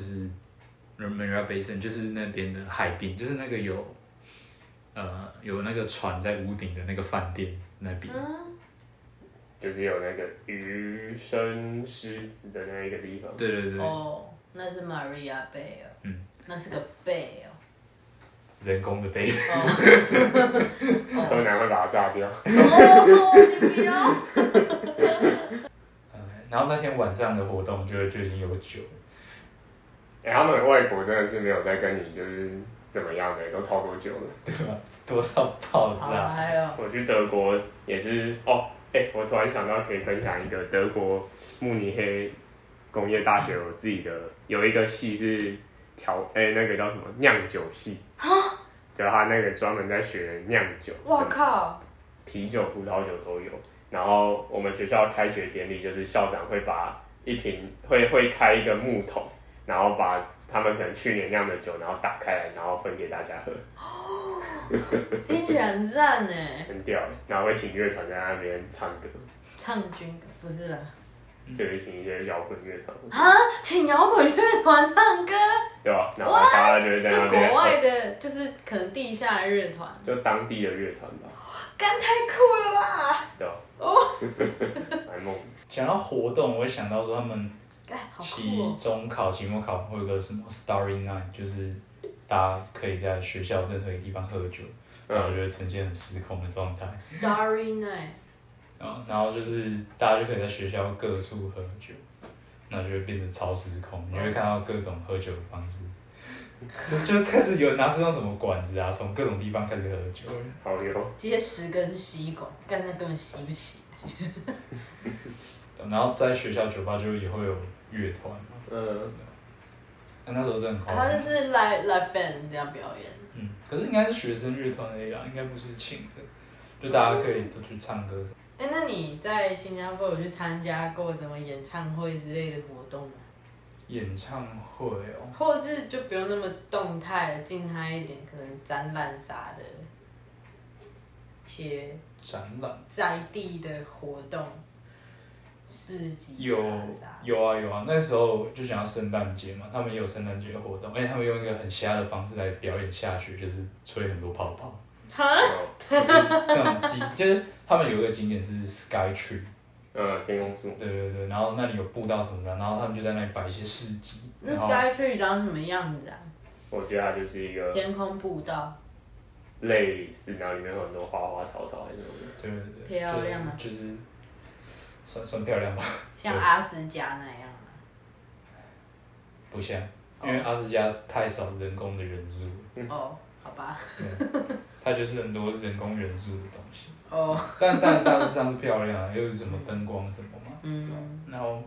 Speaker 2: Maria Basin， 就是那邊的海濱，就是那個有，呃，有那個船在屋頂的那個飯店那邊。嗯、
Speaker 3: 就是有那個魚生獅子的那一個地方。
Speaker 2: 對對對。
Speaker 1: 哦、oh, 那是 Maria Bay 哦。嗯。那是個 bay 哦。
Speaker 2: 人工的杯，
Speaker 3: 河南會把它炸掉。
Speaker 1: 哦，你不要。
Speaker 2: 然後那天晚上的活動就就已經有酒。
Speaker 3: 哎、欸，他們外國真的是沒有在跟你就是怎麼樣的，都超多酒了，
Speaker 2: 對吧？多到爆炸。
Speaker 3: 我去德國也是哦，哎、欸，我突然想到可以分享一個德國慕尼黑工業大學有自己的有一個系是。調誒、欸、那個叫什麼釀酒系，就他那個專門在學釀酒。
Speaker 1: 我靠！
Speaker 3: 啤酒、葡萄酒都有。然後我們學校開學典禮就是校長會把一瓶會會開一個木桶，然後把他們可能去年釀的酒，然後打開來，然後分給大家喝。
Speaker 1: 聽起來很讚誒。
Speaker 3: 很屌誒，然後會請樂團在那邊唱歌。
Speaker 1: 唱軍歌不是啦。
Speaker 3: 就會請一些搖滾樂團。
Speaker 1: 啊，請搖滾樂團唱歌？
Speaker 3: 對啊，然後大家就會在那邊。
Speaker 1: 是國外的，就是可能地下的樂團。
Speaker 3: 就當地的樂團吧。
Speaker 1: 幹太酷了吧！
Speaker 3: 對啊。
Speaker 1: 哦。
Speaker 3: 蠻猛。
Speaker 2: 講到活動，我會想到說他們期中考、期末考会有个什么 Starry Night， 就是大家可以在学校任何一个地方喝酒，然后就会呈现很失控的状态。
Speaker 1: Starry Night。
Speaker 2: 然后就是大家就可以在学校各处喝酒，那就会变得超失控，你会看到各种喝酒的方式。就就开始有人拿出那什么管子啊，从各种地方开始喝酒。
Speaker 3: 好哟。
Speaker 1: 接十根吸管，但那根本吸不起。
Speaker 2: 然后在学校酒吧就也会有乐团嘛。嗯。那那时候真的很夸张。
Speaker 1: 他就是 live live band 这样表演。
Speaker 2: 嗯，可是应该是学生乐团而已啦，应该不是请的，就大家可以都去唱歌。
Speaker 1: 哎、欸，那你在新加坡有去参加过什么演唱会之类的活动吗？
Speaker 2: 演唱会哦，
Speaker 1: 或者是就不用那么动态，静态一点，可能展览啥的，一些
Speaker 2: 展览
Speaker 1: 在地的活动，市集
Speaker 2: 有有啊有啊，那时候就讲到圣诞节嘛，他们也有圣诞节的活动，而且他们用一个很瞎的方式来表演下雪，就是吹很多泡泡。哈？就是这种景，就是他们有一个景点是 Sky Tree。
Speaker 3: 呃，天空树。
Speaker 2: 对对对，然后那里有步道什么的，然后他们就在那里摆一些市集。
Speaker 1: 那 Sky Tree 长什么样子啊？
Speaker 3: 我觉得它就是一个
Speaker 1: 天空步道。
Speaker 3: 类似，然后里面有很多花花草草还是什么的。
Speaker 2: 对对对。
Speaker 1: 漂亮吗？
Speaker 2: 就是，算算漂亮吧。
Speaker 1: 像阿斯加那样吗？
Speaker 2: 不像，因为阿斯加太少人工的元素。
Speaker 1: 哦，好吧。
Speaker 2: 它就是很多人工元素的东西。
Speaker 1: 哦。Oh.
Speaker 2: 但但大致上是漂亮啊，又是什么灯光什么嘛。
Speaker 1: 嗯。
Speaker 2: 然后。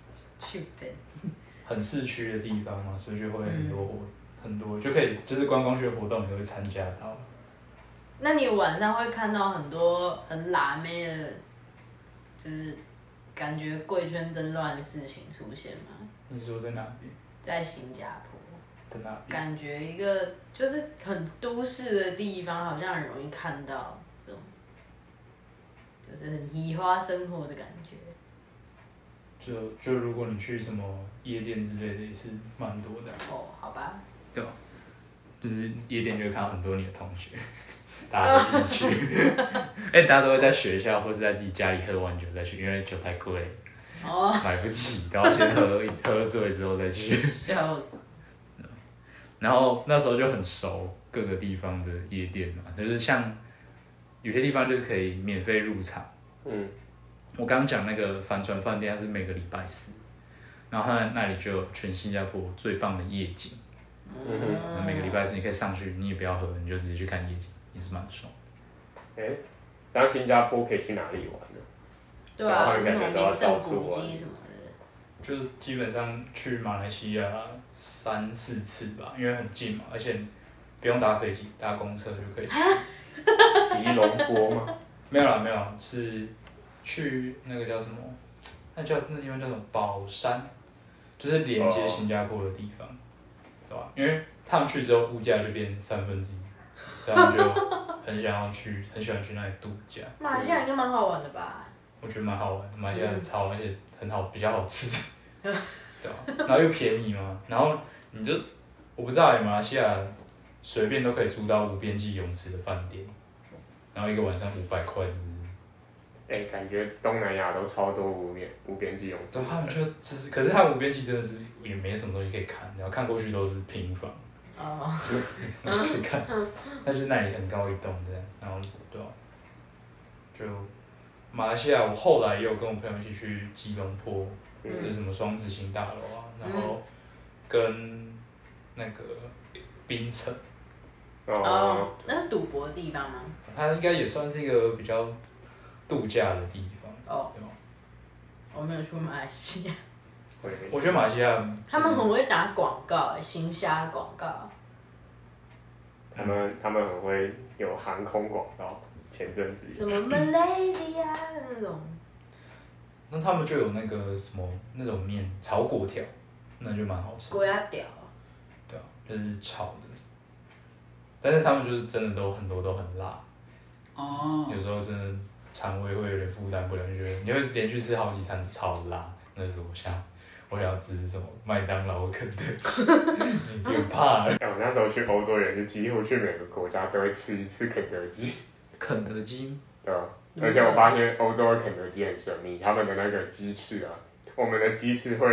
Speaker 2: 很市区的地方嘛，所以就会很多活、嗯、很多就可以，就是观光区的活动你都会参加到。
Speaker 1: 那你晚上会看到很多很辣妹的，就是感觉贵圈真乱的事情出现吗？
Speaker 2: 你说在哪边？
Speaker 1: 在新加坡。
Speaker 2: 在哪边？
Speaker 1: 感觉一个就是很都市的地方，好像很容易看到这种，就是很移花生活的感觉。
Speaker 2: 就就如果你去什么夜店之类的，也是蛮多的。
Speaker 1: 哦，好吧。
Speaker 2: 对吧？就是夜店就会看到很多你的同学，大家都一起去。哎，大家都会在学校或是在自己家里喝完酒再去，因为酒太贵，哦，买不起，都要先喝喝醉之后再去。
Speaker 1: 笑死。
Speaker 2: 然后那时候就很熟各个地方的夜店嘛，就是像有些地方就是可以免费入场。嗯。我刚刚讲那个帆船饭店，它是每个礼拜四，然后它那里就有全新加坡最棒的夜景。嗯哼。每个礼拜四你可以上去，你也不要喝，你就直接去看夜景，也是蛮爽
Speaker 3: 的。哎、欸，那新加坡可以去哪里玩呢？
Speaker 1: 对啊，那种名胜古迹什么的。
Speaker 2: 就基本上去马来西亚三四次吧，因为很近嘛，而且不用搭飞机，搭公车就可以去。
Speaker 3: 吉隆坡吗？
Speaker 2: 没有啦，没有啦，是。去那个叫什么？那叫那地方叫什么？宝山，就是连接新加坡的地方，对吧？因为他们去之后物价就变三分之一，所以他们就很想要去，很喜欢去那里度假。
Speaker 1: 马来西亚应该蛮好玩的吧？
Speaker 2: 我觉得蛮好玩的，马来西亚很超，而且很好，比较好吃，对吧？然后又便宜嘛，然后你就我不知道，马来西亚随便都可以租到无边际泳池的饭店，然后一个晚上五百块是。
Speaker 3: 哎、欸，感觉东南亚都超多无边无边际泳池。
Speaker 2: 对，他们就只是，可是他们无边际真的是也没什么东西可以看，然后看过去都是平房，哦，东西可以看，但是那里很高一栋这样，然后对吧、啊？就马来西亚，我后来也有跟我朋友一起去吉隆坡，嗯、就是什么双子星大楼啊，然后跟那个槟城。
Speaker 1: 哦，那是赌博的地方吗？
Speaker 2: 它应该也算是一个比较。度假的地方，哦，对吧？
Speaker 1: 我没有去马来西亚。
Speaker 2: 我觉得马来西亚
Speaker 1: 他们很会打广告，行销广告。
Speaker 3: 他们他们很会有航空广告，前阵子。
Speaker 1: 什么 Malaysia 那种。
Speaker 2: 那他们就有那个什么那种面炒粿条，那就蛮好吃。
Speaker 1: 粿条。
Speaker 2: 对啊，就是炒的，但是他们就是真的都很多都很辣。哦。有时候真的。肠胃会有点负担不了，就觉得你会连续吃好几餐超辣。那时候我想，我想要吃什么麦当劳、肯德基，有点怕。
Speaker 3: 哎，我那时候去欧洲也是几乎去每个国家都会吃一次肯德基。
Speaker 2: 肯德基？
Speaker 3: 对啊，而且我发现欧洲的肯德基很神秘，他们的那个鸡翅啊，我们的鸡翅会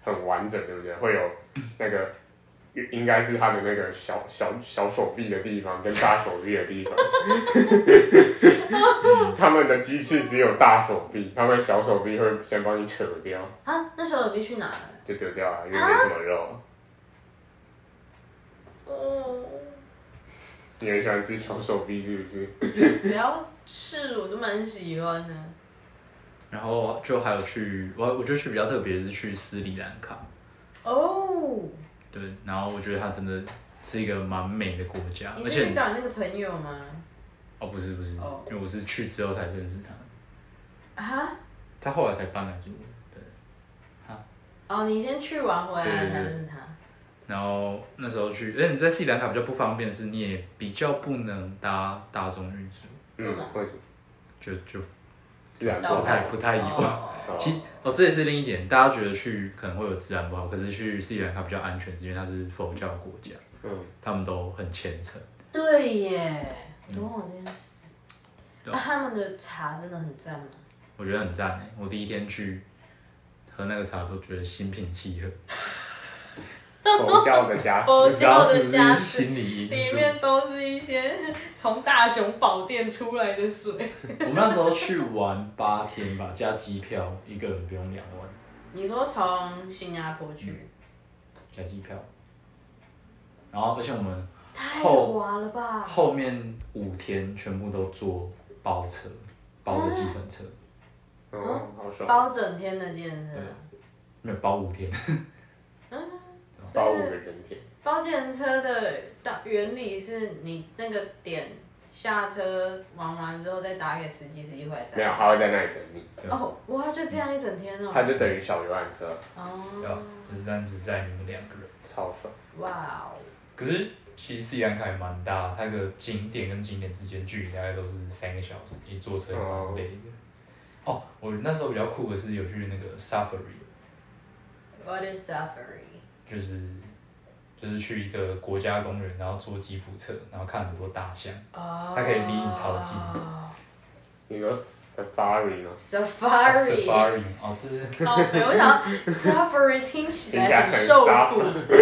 Speaker 3: 很完整，对不对？会有那个应该是他的那个小小小手臂的地方跟大手臂的地方。他们的鸡翅只有大手臂，他们小手臂会先帮你扯掉。
Speaker 1: 啊，那小手臂去哪了？
Speaker 3: 就丢掉了，因为没什么肉。
Speaker 1: 哦。
Speaker 3: 你很喜欢吃小手臂是不是？
Speaker 1: 只要吃我都蛮喜欢的。
Speaker 2: 然后就还有去，我我觉得去比较特别的是去斯里兰卡。
Speaker 1: 哦。
Speaker 2: 对，然后我觉得它真的是一个蛮美的国家，
Speaker 1: 而且。你是去找你那个朋友吗？
Speaker 2: 哦，不是不是， oh. 因为我是去之后才认识他。
Speaker 1: 啊？
Speaker 2: 他后来才搬来住的，对。
Speaker 1: 哦， oh, 你先去完回来才认识他。
Speaker 2: 然后那时候去，因为你在斯里兰卡比较不方便，是你也比较不能搭大众运输。
Speaker 3: 嗯，为什么？
Speaker 2: 就就
Speaker 3: 自然
Speaker 2: 不太不太有。Oh. 其哦，这也是另一点，大家觉得去可能会有治安不好，可是去斯里兰卡比较安全，是因为它是佛教国家，嗯，他们都很虔诚。
Speaker 1: 对耶。懂我这件事，那、嗯啊、他们的茶真的很赞吗？
Speaker 2: 我觉得很赞诶，我第一天去喝那个茶都觉得心平气和。
Speaker 3: 佛教的加持，
Speaker 1: 佛教的加持，
Speaker 2: 心理因素，
Speaker 1: 里面都是一些从大雄宝殿出来的水。
Speaker 2: 我们那时候去玩八天吧，加机票，一个人不用两万。
Speaker 1: 你说从新加坡去？嗯、
Speaker 2: 加机票，然后而且我们。
Speaker 1: 太滑了吧！
Speaker 2: 后面五天全部都坐包车，包的计程车。
Speaker 3: 哦、嗯，好爽。
Speaker 1: 包整天的计程车。
Speaker 2: 没有包五天。
Speaker 1: 嗯。
Speaker 3: 包五个整天。
Speaker 1: 包计程车的原理是你那个点下车玩完之后再打给司机，司机会来载。
Speaker 3: 没有，他会在那里等你。
Speaker 1: 哦，哇，就这样一整天哦。
Speaker 3: 他就等于小游览车。
Speaker 1: 哦。
Speaker 2: 对啊，就是这样子载你们两个人，
Speaker 3: 超爽。
Speaker 1: 哇哦。
Speaker 2: 可是。其实斯里兰卡也蛮大，它个景点跟景点之间距离大概都是三个小时，你坐车也蛮累的。哦，我那时候比较酷的是有去那个 safari。What
Speaker 1: is safari？
Speaker 2: 就是就是去一个国家公园，然后坐吉普车，然后看很多大象，
Speaker 1: oh.
Speaker 2: 它可以离你超近。
Speaker 3: 你说 safari 吗
Speaker 1: ？Safari。
Speaker 2: Safari 哦，这是。
Speaker 1: 哦，没有，我想 safari 听起来很受苦。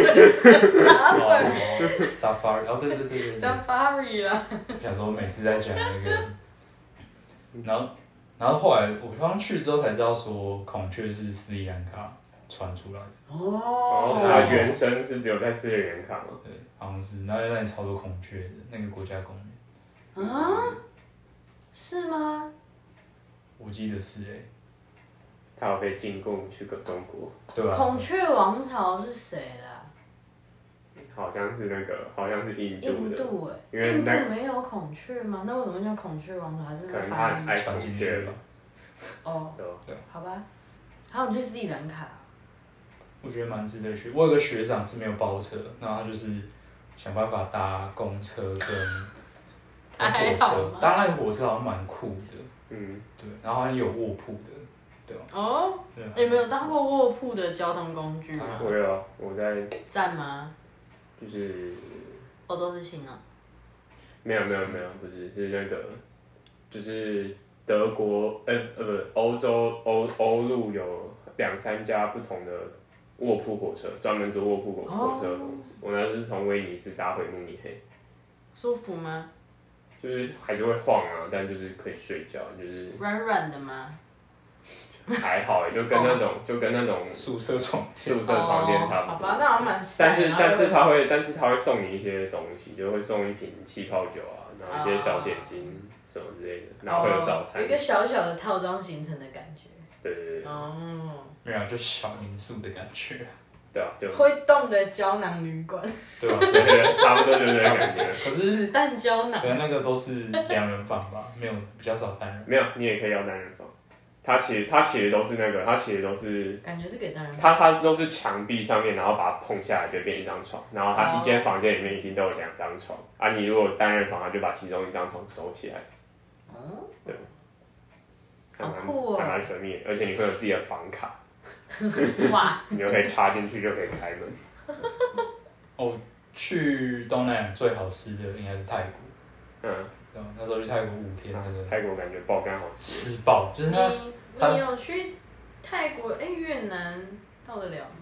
Speaker 2: Safari。Safari， 哦，对对对对。
Speaker 1: Safari 啦。
Speaker 2: 我想说，每次在讲那个，然后然后后来我刚刚去之后才知道说，孔雀是斯里兰卡传出来的。
Speaker 3: 哦。它原生是只有在斯里兰卡吗？
Speaker 2: 对，好像是，然后那里超多孔雀的那个国家公园。
Speaker 1: 啊？是吗？
Speaker 2: 我记得是诶。
Speaker 3: 它有被进贡去个中国。
Speaker 2: 对啊。
Speaker 1: 孔雀王朝是谁的、啊？
Speaker 3: 好像是那个，好像是印度的。
Speaker 1: 印度诶、
Speaker 3: 因为
Speaker 1: 印度没有孔雀吗？那为什么叫孔雀王朝？还是那个发音？
Speaker 3: 爱孔雀吧。
Speaker 1: 哦。
Speaker 2: 对。
Speaker 1: 好吧。还有你去斯里兰卡。
Speaker 2: 我觉得蛮值得去。我有个学长是没有包车，然后他就是想办法搭公车跟。火车，搭那个火车好像蛮酷的，嗯，对，然后好像有卧铺的，对吧？
Speaker 1: 哦，你没有搭过卧铺的交通工具吗？
Speaker 3: 我有，我在。
Speaker 1: 站吗？
Speaker 3: 就是。
Speaker 1: 欧洲之星哦。
Speaker 3: 没有没有没有，不是，是那个，就是德国，呃呃不，欧洲欧欧陆有两三家不同的卧铺火车，专门做卧铺火火车的公司。我那是从威尼斯搭回慕尼黑。
Speaker 1: 舒服吗？
Speaker 3: 就是还是会晃啊，但就是可以睡觉，就是
Speaker 1: 软软的吗？
Speaker 3: 还好哎，就跟那种就跟那种
Speaker 2: 宿舍床
Speaker 3: 宿舍床垫差不多。
Speaker 1: 好吧，那好像蛮晒。
Speaker 3: 但是但是他会但是他会送你一些东西，就会送一瓶气泡酒啊，然后一些小点心什么之类的，然后会有早餐。
Speaker 1: 有一个小小的套装行程的感觉。
Speaker 3: 对对对。
Speaker 1: 哦。
Speaker 2: 没有，就小民宿的感觉。
Speaker 3: 对啊，就
Speaker 1: 会动的胶囊旅馆。
Speaker 2: 对啊，
Speaker 3: 对对，差不多就是这个感觉。
Speaker 2: 可是
Speaker 1: 子弹胶囊。
Speaker 2: 可能那个都是两人房吧，没有比较少单人。
Speaker 3: 没有，你也可以要单人房。它其实它其实都是那个，它其实都是。
Speaker 1: 感觉是给单人房。
Speaker 3: 它它都是墙壁上面，然后把它碰下来就变一张床，然后它一间房间里面一定都有两张床。啊，你如果单人房，它就把其中一张床收起来。哦。对。
Speaker 1: 好酷哦。
Speaker 3: 还蛮神秘的，而且你会有自己的房卡。
Speaker 1: 哇！
Speaker 3: 你就可以插进去就可以开门。
Speaker 2: 哦，去东南亚最好吃的应该是泰国。嗯。那时候去泰国五天，那个。
Speaker 3: 泰国感觉爆肝好吃。
Speaker 2: 吃爆，就是它。
Speaker 1: 你你有去泰国？哎，越南到得了吗？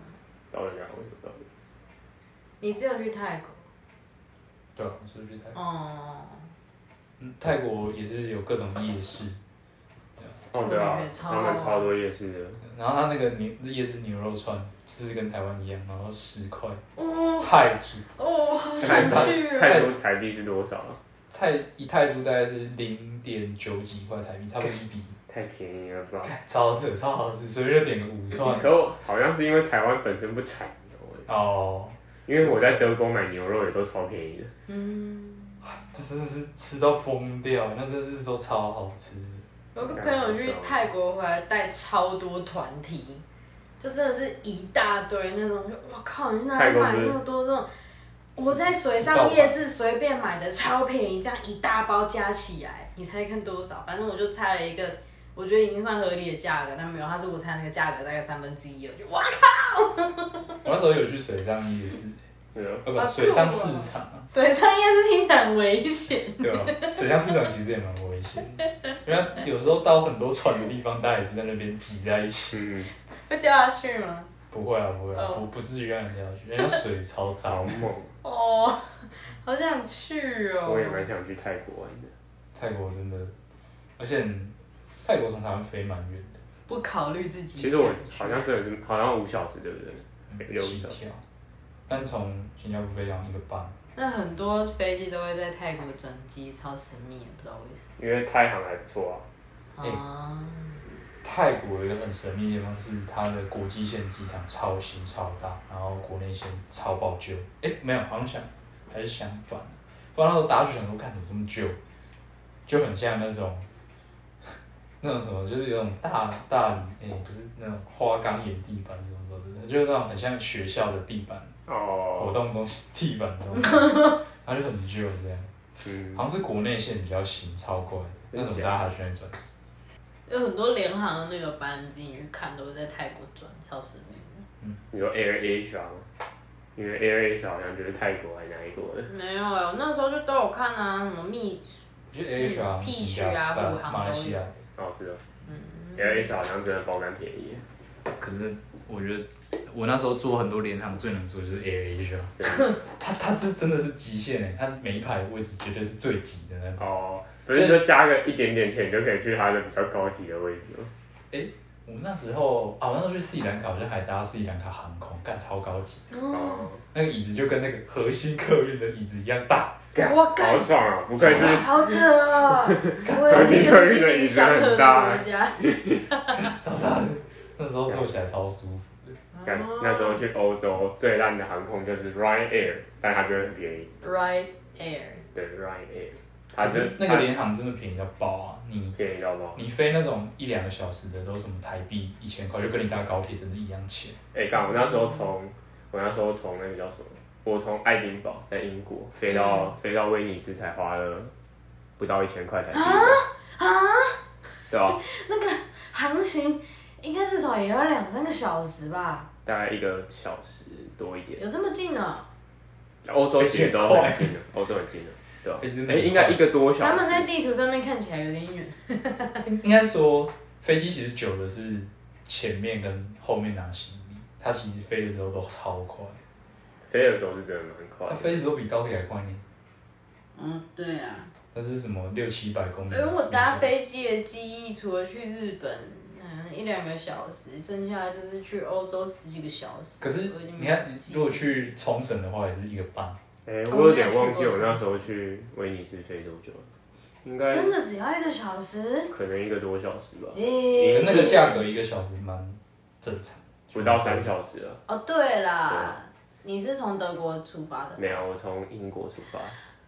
Speaker 3: 到人家为什么到人？
Speaker 1: 你只有去泰国？
Speaker 2: 对啊，我是去泰国。
Speaker 1: 哦。
Speaker 2: 嗯，泰国也是有各种夜市。
Speaker 3: 哦，对啊，他们超多夜市的。
Speaker 2: 然后他那个牛夜市牛肉串，就是跟台湾一样，然后十块。
Speaker 1: 哦。
Speaker 2: 泰铢。
Speaker 1: 哦，好想去啊！
Speaker 3: 泰铢台币是多少啊？
Speaker 2: 泰一泰铢大概是零点九几块台币，差不多一比。
Speaker 3: 太便宜了吧！
Speaker 2: 超扯，超好吃，随便就点个五串。
Speaker 3: 可我好像是因为台湾本身不产牛。哦。因为我在德国买牛肉也都超便宜的。
Speaker 1: 嗯。
Speaker 2: 这真的是吃到疯掉，那真的是都超好吃。
Speaker 1: 有个朋友去泰国回来带超多团体，就真的是一大堆那种，就哇靠！你哪里买那么多这种？我在水上夜市随便买的超便宜，这样一大包加起来，你猜看多少？反正我就猜了一个，我觉得已经算合理的价格，但没有，他是我猜那个价格大概三分之一了，就哇靠！
Speaker 2: 我那时候有去水上夜市。对啊，不，水上市场啊。
Speaker 1: 水上夜市听起来很危险。
Speaker 2: 对啊，水上市场其实也蛮危险的，因为有时候到很多船的地方，大家也是在那边挤在一起。
Speaker 1: 会掉下去吗？
Speaker 2: 不会啊，不会啊，不不至于让人掉下去，因为水超脏。
Speaker 3: 好猛。
Speaker 1: 哦，好想去哦。
Speaker 3: 我也蛮想去泰国玩的。
Speaker 2: 泰国真的，而且泰国从台湾飞蛮远的。
Speaker 1: 不考虑自己。
Speaker 3: 其实我好像真的是，好像五小时，对不对？六
Speaker 2: 小时。但从新加坡飞往一个半。
Speaker 1: 那很多飞机都会在泰国转机，超神秘，也不知道为什么。
Speaker 3: 因为泰航还不错啊。
Speaker 1: 啊。
Speaker 2: 泰国有一个很神秘的地方是它的国际线机场超新超大，然后国内线超爆旧。哎、欸，没有，好像想还是相反。不然那时候大家就想说，看怎么这么旧，就很像那种那种什么，就是有种大大理，哎、欸，不是那种花岗岩地板什么什么的，就是那种很像学校的地板。哦。活动中地板那种，它就很旧这样。嗯。好像是国内线比较新，超怪的，那种大家还需要转机。
Speaker 1: 有很多联航的那个班机，你去看都是在泰国转，超神秘的。
Speaker 3: 嗯。你说 Air Asia 吗？因为 Air Asia 好像就是泰国还是哪一国的？
Speaker 1: 没有哎、欸，我那时候就都有看啊，什么蜜，
Speaker 2: 我觉得 Air Asia
Speaker 1: 屁区啊，虎航都有。
Speaker 3: 哦，是的。嗯。Air Asia 好像真的包干便宜。
Speaker 2: 可是我觉得我那时候做很多联航最能做的就是 Air Asia，它它是真的是极限哎，它每一排位置绝对是最挤的那种。哦。
Speaker 3: 不是说加个一点点钱就可以去它的比较高级的位置吗？
Speaker 2: 哎、欸，我们那时候啊，我那时候去斯里兰卡，好像还搭斯里兰卡航空，干超高级。哦。那个椅子就跟那个核心客运的椅子一样大。
Speaker 1: 哇，
Speaker 3: 好爽啊！不愧是。
Speaker 1: 好扯啊！我也是一个士兵祥和的国家。
Speaker 2: 超大的，那时候坐起来超舒服的。
Speaker 3: 那时候去欧洲最烂的航空就是 Ryanair， 但它真的很便宜。
Speaker 1: Ryanair。对
Speaker 3: ，Ryanair。
Speaker 2: 可是那个联航真的便宜到爆啊！你
Speaker 3: 便宜到爆！
Speaker 2: 你飞那种一两个小时的都什么台币一千块，就跟你搭高铁真的一样钱。
Speaker 3: 哎、欸，刚我那时候从我那时候从那个叫什么？我从爱丁堡在英国飞到、嗯、飞到威尼斯才花了不到一千块台币。啊啊！对啊。
Speaker 1: 那个航行应该至少也要两三个小时吧？
Speaker 3: 大概一个小时多一点。
Speaker 1: 有这么近呢？
Speaker 3: 欧洲其实都很近的，欧洲很近的。对吧？哎、欸，应该一个多小时。
Speaker 1: 他们在地图上面看起来有点远。
Speaker 2: 应该说，飞机其实久的是前面跟后面拿行李，它其实飞的时候都超快。
Speaker 3: 飞的时候是真的蛮快的。
Speaker 2: 它飞的时候比高铁还快呢。
Speaker 1: 嗯，对啊。
Speaker 2: 那是什么六七百公里？
Speaker 1: 因为我搭飞机的记忆，除了去日本，嗯，一两个小时，剩下就是去欧洲十几个小时。
Speaker 2: 可是你看，如果去冲绳的话，也是一个半。
Speaker 3: 哎、欸，我有点忘记我那时候去威尼斯飞多久了，应该
Speaker 1: 真的只要一个小时，
Speaker 3: 可能一个多小时吧。
Speaker 2: 诶、欸，那个价格一个小时蛮正常，
Speaker 3: 不到三小时了。
Speaker 1: 哦，对啦，对，你是从德国出发的？
Speaker 3: 没有，我从英国出发。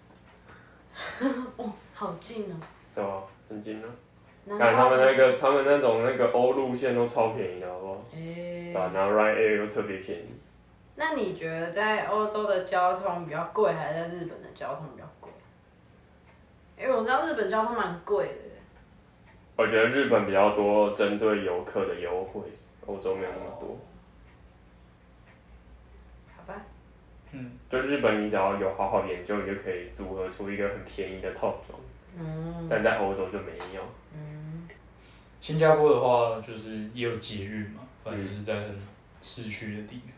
Speaker 1: 哦，好近哦。
Speaker 3: 对啊，很近啊。看他们那个，他们那种那个欧路线都超便宜的，好不好？诶、欸。对，然后 Ryanair 又特别便宜。
Speaker 1: 那你觉得在欧洲的交通比较贵，还是在日本的交通比较贵？因为我知道日本交通蛮贵的。
Speaker 3: 我觉得日本比较多针对游客的优惠，欧洲没有那么多。
Speaker 1: 好吧。
Speaker 3: 嗯。就日本，你只要有好好研究，你就可以组合出一个很便宜的套装。嗯。但在欧洲就没有。
Speaker 2: 嗯。新加坡的话，就是也有捷运嘛，反正就是在很市区的地方。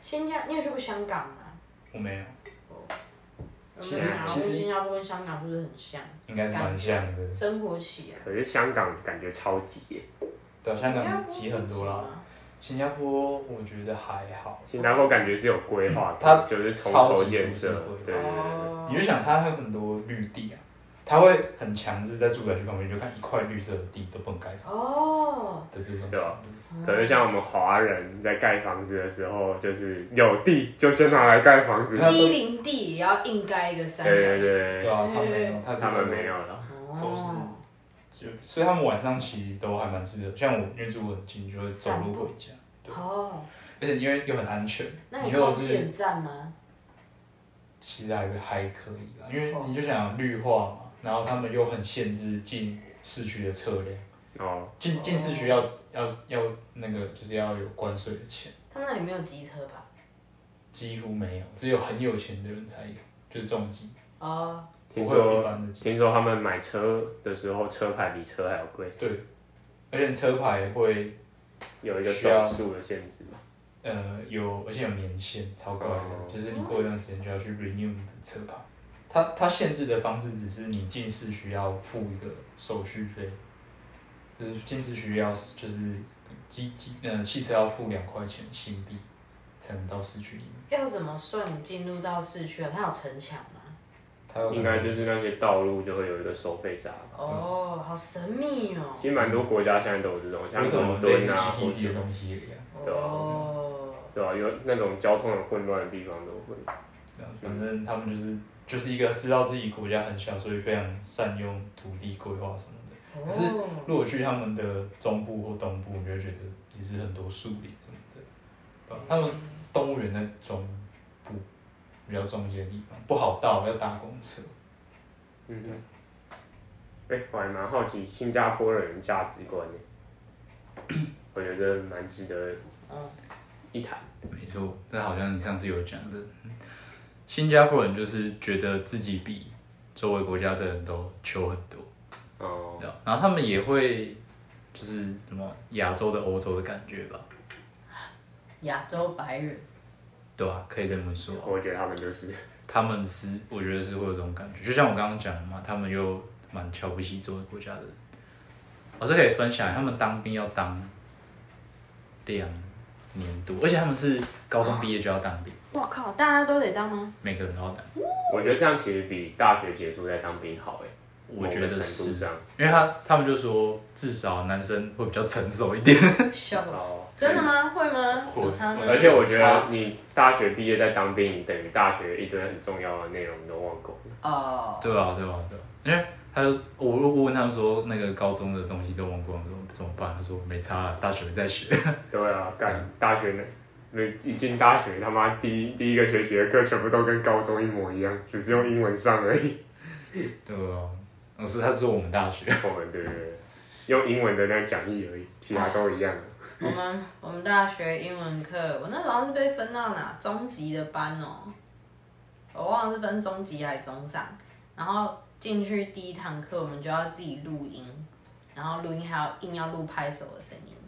Speaker 1: 新加，你有去过香港吗？
Speaker 2: 我没有。
Speaker 1: 其实其实新加坡跟香港是不是很像？
Speaker 2: 应该是蛮像的。
Speaker 1: 生活起来。
Speaker 3: 可是香港感觉超挤耶。
Speaker 2: 对啊，香港挤很多啦。新加坡我觉得还好。
Speaker 3: 新加坡感觉是有规划的，
Speaker 2: 它
Speaker 3: 就是从头建设。对对对。
Speaker 2: 你就想它有很多绿地啊，它会很强制在住宅区旁边就看一块绿色的地都不能盖房子。哦。的这种。对吧？
Speaker 3: 可是像我们华人在盖房子的时候，就是有地就先拿来盖房子。
Speaker 1: 基林地也要硬盖一个三角形。
Speaker 3: 对对
Speaker 2: 对。对啊，他没有，
Speaker 3: 他们没有了，
Speaker 2: 都是。就所以他们晚上其实都还蛮适合，像我因为住很近，就会走路回家。哦。而且因为又很安全。
Speaker 1: 那你空气很赞吗？
Speaker 2: 其实还还可以啦，因为你就想绿化嘛，然后他们又很限制进市区的车辆。哦。进进市区要要要那个就是要有关税的钱。
Speaker 1: 他们那里没有机车吧？
Speaker 2: 几乎没有，只有很有钱的人才有，就是重机。哦。
Speaker 3: 听说听说他们买车的时候，车牌比车还要贵。
Speaker 2: 对，而且车牌会
Speaker 3: 有一个总数的限制嘛。
Speaker 2: 呃，有，而且有年限，超怪的，哦、就是你过一段时间就要去 renew 你的车牌。它它限制的方式只是你进市区要付一个手续费，就是进市区要就是机机呃汽车要付两块钱新币才能到市区里面。
Speaker 1: 要怎么算你进入到市区啊？它有城墙吗？
Speaker 3: 应该就是那些道路就会有一个收费闸。
Speaker 1: 哦，好神秘哦。
Speaker 3: 其实蛮多国家现在都有这种，像伦敦啊，或者
Speaker 2: 的东西一样。
Speaker 3: 对啊，对啊，有那种交通很混乱的地方都会。
Speaker 2: 反正他们就是就是一个知道自己国家很小，所以非常善用土地规划什么的。可是如果去他们的中部或东部，你就会觉得也是很多树林什么的。对，他们动物园在中部。比较中间的地方不好到，要搭公车。
Speaker 3: 嗯哼。哎、欸，我还蛮好奇新加坡人价值观的，我觉得蛮值得一谈。
Speaker 2: 没错，这好像你上次有讲的，新加坡人就是觉得自己比周围国家的人都穷很多。哦。然后他们也会就是什么亚洲的欧洲的感觉吧。
Speaker 1: 亚洲白人。
Speaker 2: 对啊，可以这么说。
Speaker 3: 我觉得他们就是，
Speaker 2: 他们是，我觉得是会有这种感觉，就像我刚刚讲的嘛，他们又蛮瞧不起周围国家的人。我是可以分享，他们当兵要当两年多，而且他们是高中毕业就要当兵。
Speaker 1: 哇靠，大家都得当吗？
Speaker 2: 每个人都要当。
Speaker 3: 我觉得这样其实比大学结束再当兵好哎。
Speaker 2: 我觉得是，因为他他们就说至少男生会比较成熟一点。
Speaker 1: 笑死！真的吗？会吗？有差吗？
Speaker 3: 而且我觉得你大学毕业再当兵，你等于大学一堆很重要的内容都忘光了。
Speaker 2: 哦。对啊，对啊，对啊。因为他就我我问他们说那个高中的东西都忘光了怎么办？他说没差了，大学再学。
Speaker 3: 对啊，干大学呢？那一进大学他妈第一第一个学期的课全部都跟高中一模一样，只是用英文上而已。
Speaker 2: 对啊。老师，他是我们大学，
Speaker 3: 我们对对对，用英文的那个讲义而已，其他都一样的。
Speaker 1: 我们我们大学英文课，我那时候是被分到哪中级的班哦，我忘了是分中级还是中上。然后进去第一堂课，我们就要自己录音，然后录音还要硬要录拍手的声音。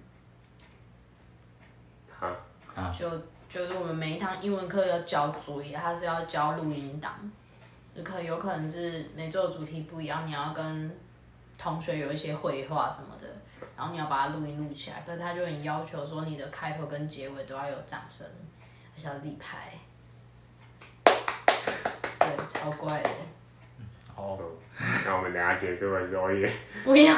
Speaker 3: 哈
Speaker 1: 啊！就就是我们每一堂英文课要交作业，它是要交录音档。可有可能是每周的主题不一样，你要跟同学有一些会话什么的，然后你要把它录音录起来。可是他就很要求说，你的开头跟结尾都要有掌声，而且要自己拍。对，超怪的。
Speaker 3: 哦，那我们等下结束的时候也
Speaker 1: 不要。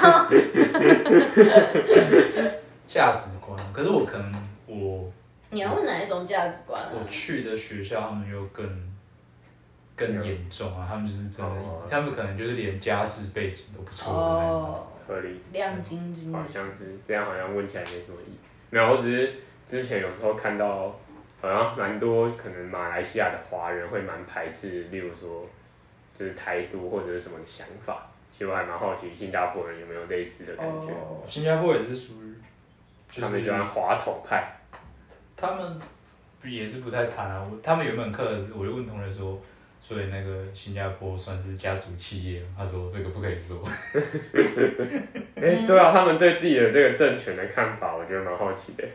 Speaker 2: 价值观，可是我可能我
Speaker 1: 你要问哪一种价值观啊？
Speaker 2: 我去的学校，他们又更。更严重啊！他们就是真的，哦、他们可能就是连家世背景都不错的那种。
Speaker 3: 哦、合理。
Speaker 1: 亮晶晶的。
Speaker 3: 好像是这样，好像问起来没什么意义。没有，我只是之前有时候看到，好像蛮多可能马来西亚的华人会蛮排斥，例如说就是台独或者是什么想法。其实我还蛮好奇，新加坡人有没有类似的感觉？
Speaker 2: 哦、新加坡也是属于、
Speaker 3: 就是，他们喜欢华统派。
Speaker 2: 他们也是不太谈啊。他们有一门课，我就问同学说。所以那个新加坡算是家族企业，他说这个不可以说。
Speaker 3: 哎、欸，对啊，他们对自己的这个政权的看法，我觉得蛮好奇的。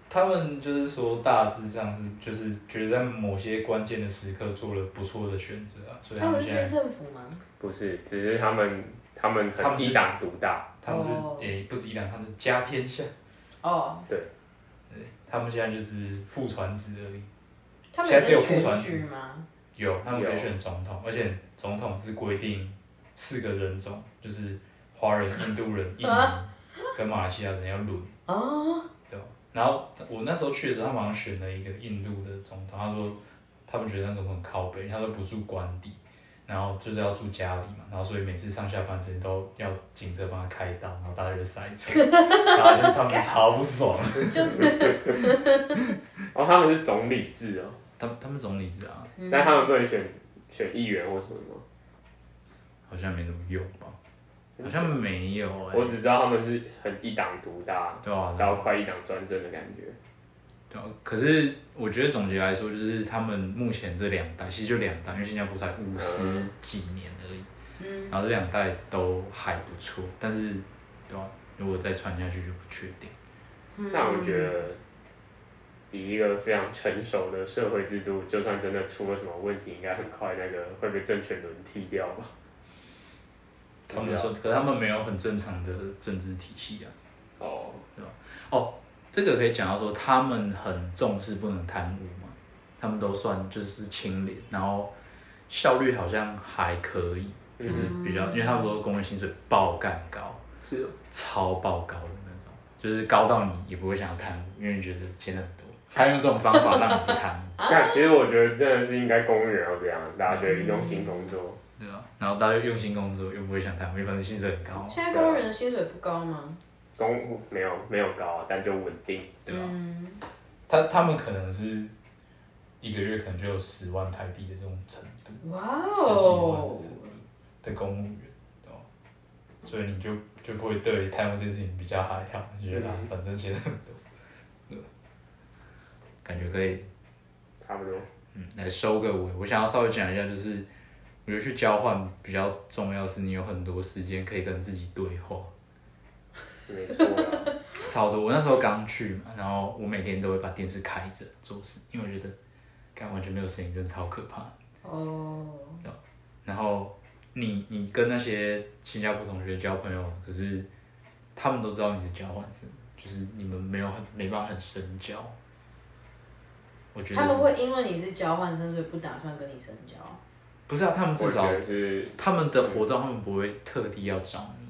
Speaker 2: 他们就是说大致上是就是觉得在某些关键的时刻做了不错的选择啊，所以他们现在。
Speaker 1: 他们是军政府吗？
Speaker 3: 不是，只是他们他们很一党独大。
Speaker 2: 他们是诶、
Speaker 1: 哦、
Speaker 2: 不止一党，他们是家天下。
Speaker 1: 哦。
Speaker 3: 对。
Speaker 2: 对，他们现在就是副传子而已。
Speaker 1: 他们
Speaker 2: 现在只有副
Speaker 1: 选
Speaker 2: 传子
Speaker 1: 吗？
Speaker 2: 有，他们可以选总统，而且总统是规定四个人种，就是华人、印度人、印尼跟马来西亚人要轮。
Speaker 1: 哦。
Speaker 2: 对吧？然后我那时候去的时候，他们好像选了一个印度的总统，他说他们觉得那总统很靠北，他都不住官邸，然后就是要住家里嘛，然后所以每次上下班时间都要警车帮他开道，然后大家就塞车，然后就是他们超不爽。
Speaker 1: 就是。
Speaker 3: 哦，他们是总理制哦。
Speaker 2: 他他们总理制啊。
Speaker 3: 嗯、但他们不能选选议员或什么吗？
Speaker 2: 好像没什么用吧。好像没有哎、欸，
Speaker 3: 我只知道他们是很一党独大，
Speaker 2: 对啊，
Speaker 3: 然后快一党专政的感觉。
Speaker 2: 对啊，可是我觉得总结来说，就是他们目前这两代，其实就两代，因为新加坡才五十几年而已，嗯，然后这两代都还不错，但是，对啊，如果再传下去就不确定。
Speaker 3: 那我觉得，以一个非常成熟的社会制度，就算真的出了什么问题，应该很快那个会被政权轮替掉吧。
Speaker 2: 他们说，可是他们没有很正常的政治体系啊。
Speaker 3: 哦，
Speaker 2: 对吧？哦，这个可以讲到说，他们很重视不能贪污嘛，他们都算就是清廉，然后效率好像还可以，就是比较，因为他们说公务薪水爆干高，
Speaker 3: 是哦，
Speaker 2: 超爆高的那种，就是高到你也不会想要贪污，因为你觉得钱很多，他用这种方法让你不贪污。
Speaker 3: 但其实我觉得真的是应该公务员要这样，大家觉得用心工作。
Speaker 2: 对啊，然后大家又用心工作，又不会想贪污，因为反正薪水很高。
Speaker 1: 现在公务员的薪水不高吗？
Speaker 3: 公务没有没有高啊，但就稳定，
Speaker 2: 对吧？嗯、他他们可能是一个月可能就有十万台币的这种程度，
Speaker 1: 哇
Speaker 2: 哦，十几万的程度的公务员，对吧？所以你就就不会对贪污这件事情比较还好，你觉得、嗯、反正钱很多，对吧？感觉可以，
Speaker 3: 差不多。
Speaker 2: 嗯，来收个尾。我想要稍微讲一下，就是我觉得去交换比较重要，是你有很多时间可以跟自己对话。
Speaker 3: 没错啊，
Speaker 2: 超多。我那时候刚去嘛，然后我每天都会把电视开着做事，因为我觉得，干完全没有声音，真的超可怕。哦。然后你你跟那些新加坡同学交朋友，可是他们都知道你是交换生，就是你们没有很没办法很深交。我觉得
Speaker 1: 他们会因为你是交换生，所以不打算跟你深交。
Speaker 2: 不是啊，他们至少
Speaker 3: 是
Speaker 2: 他们的活动，他们不会特地要找你。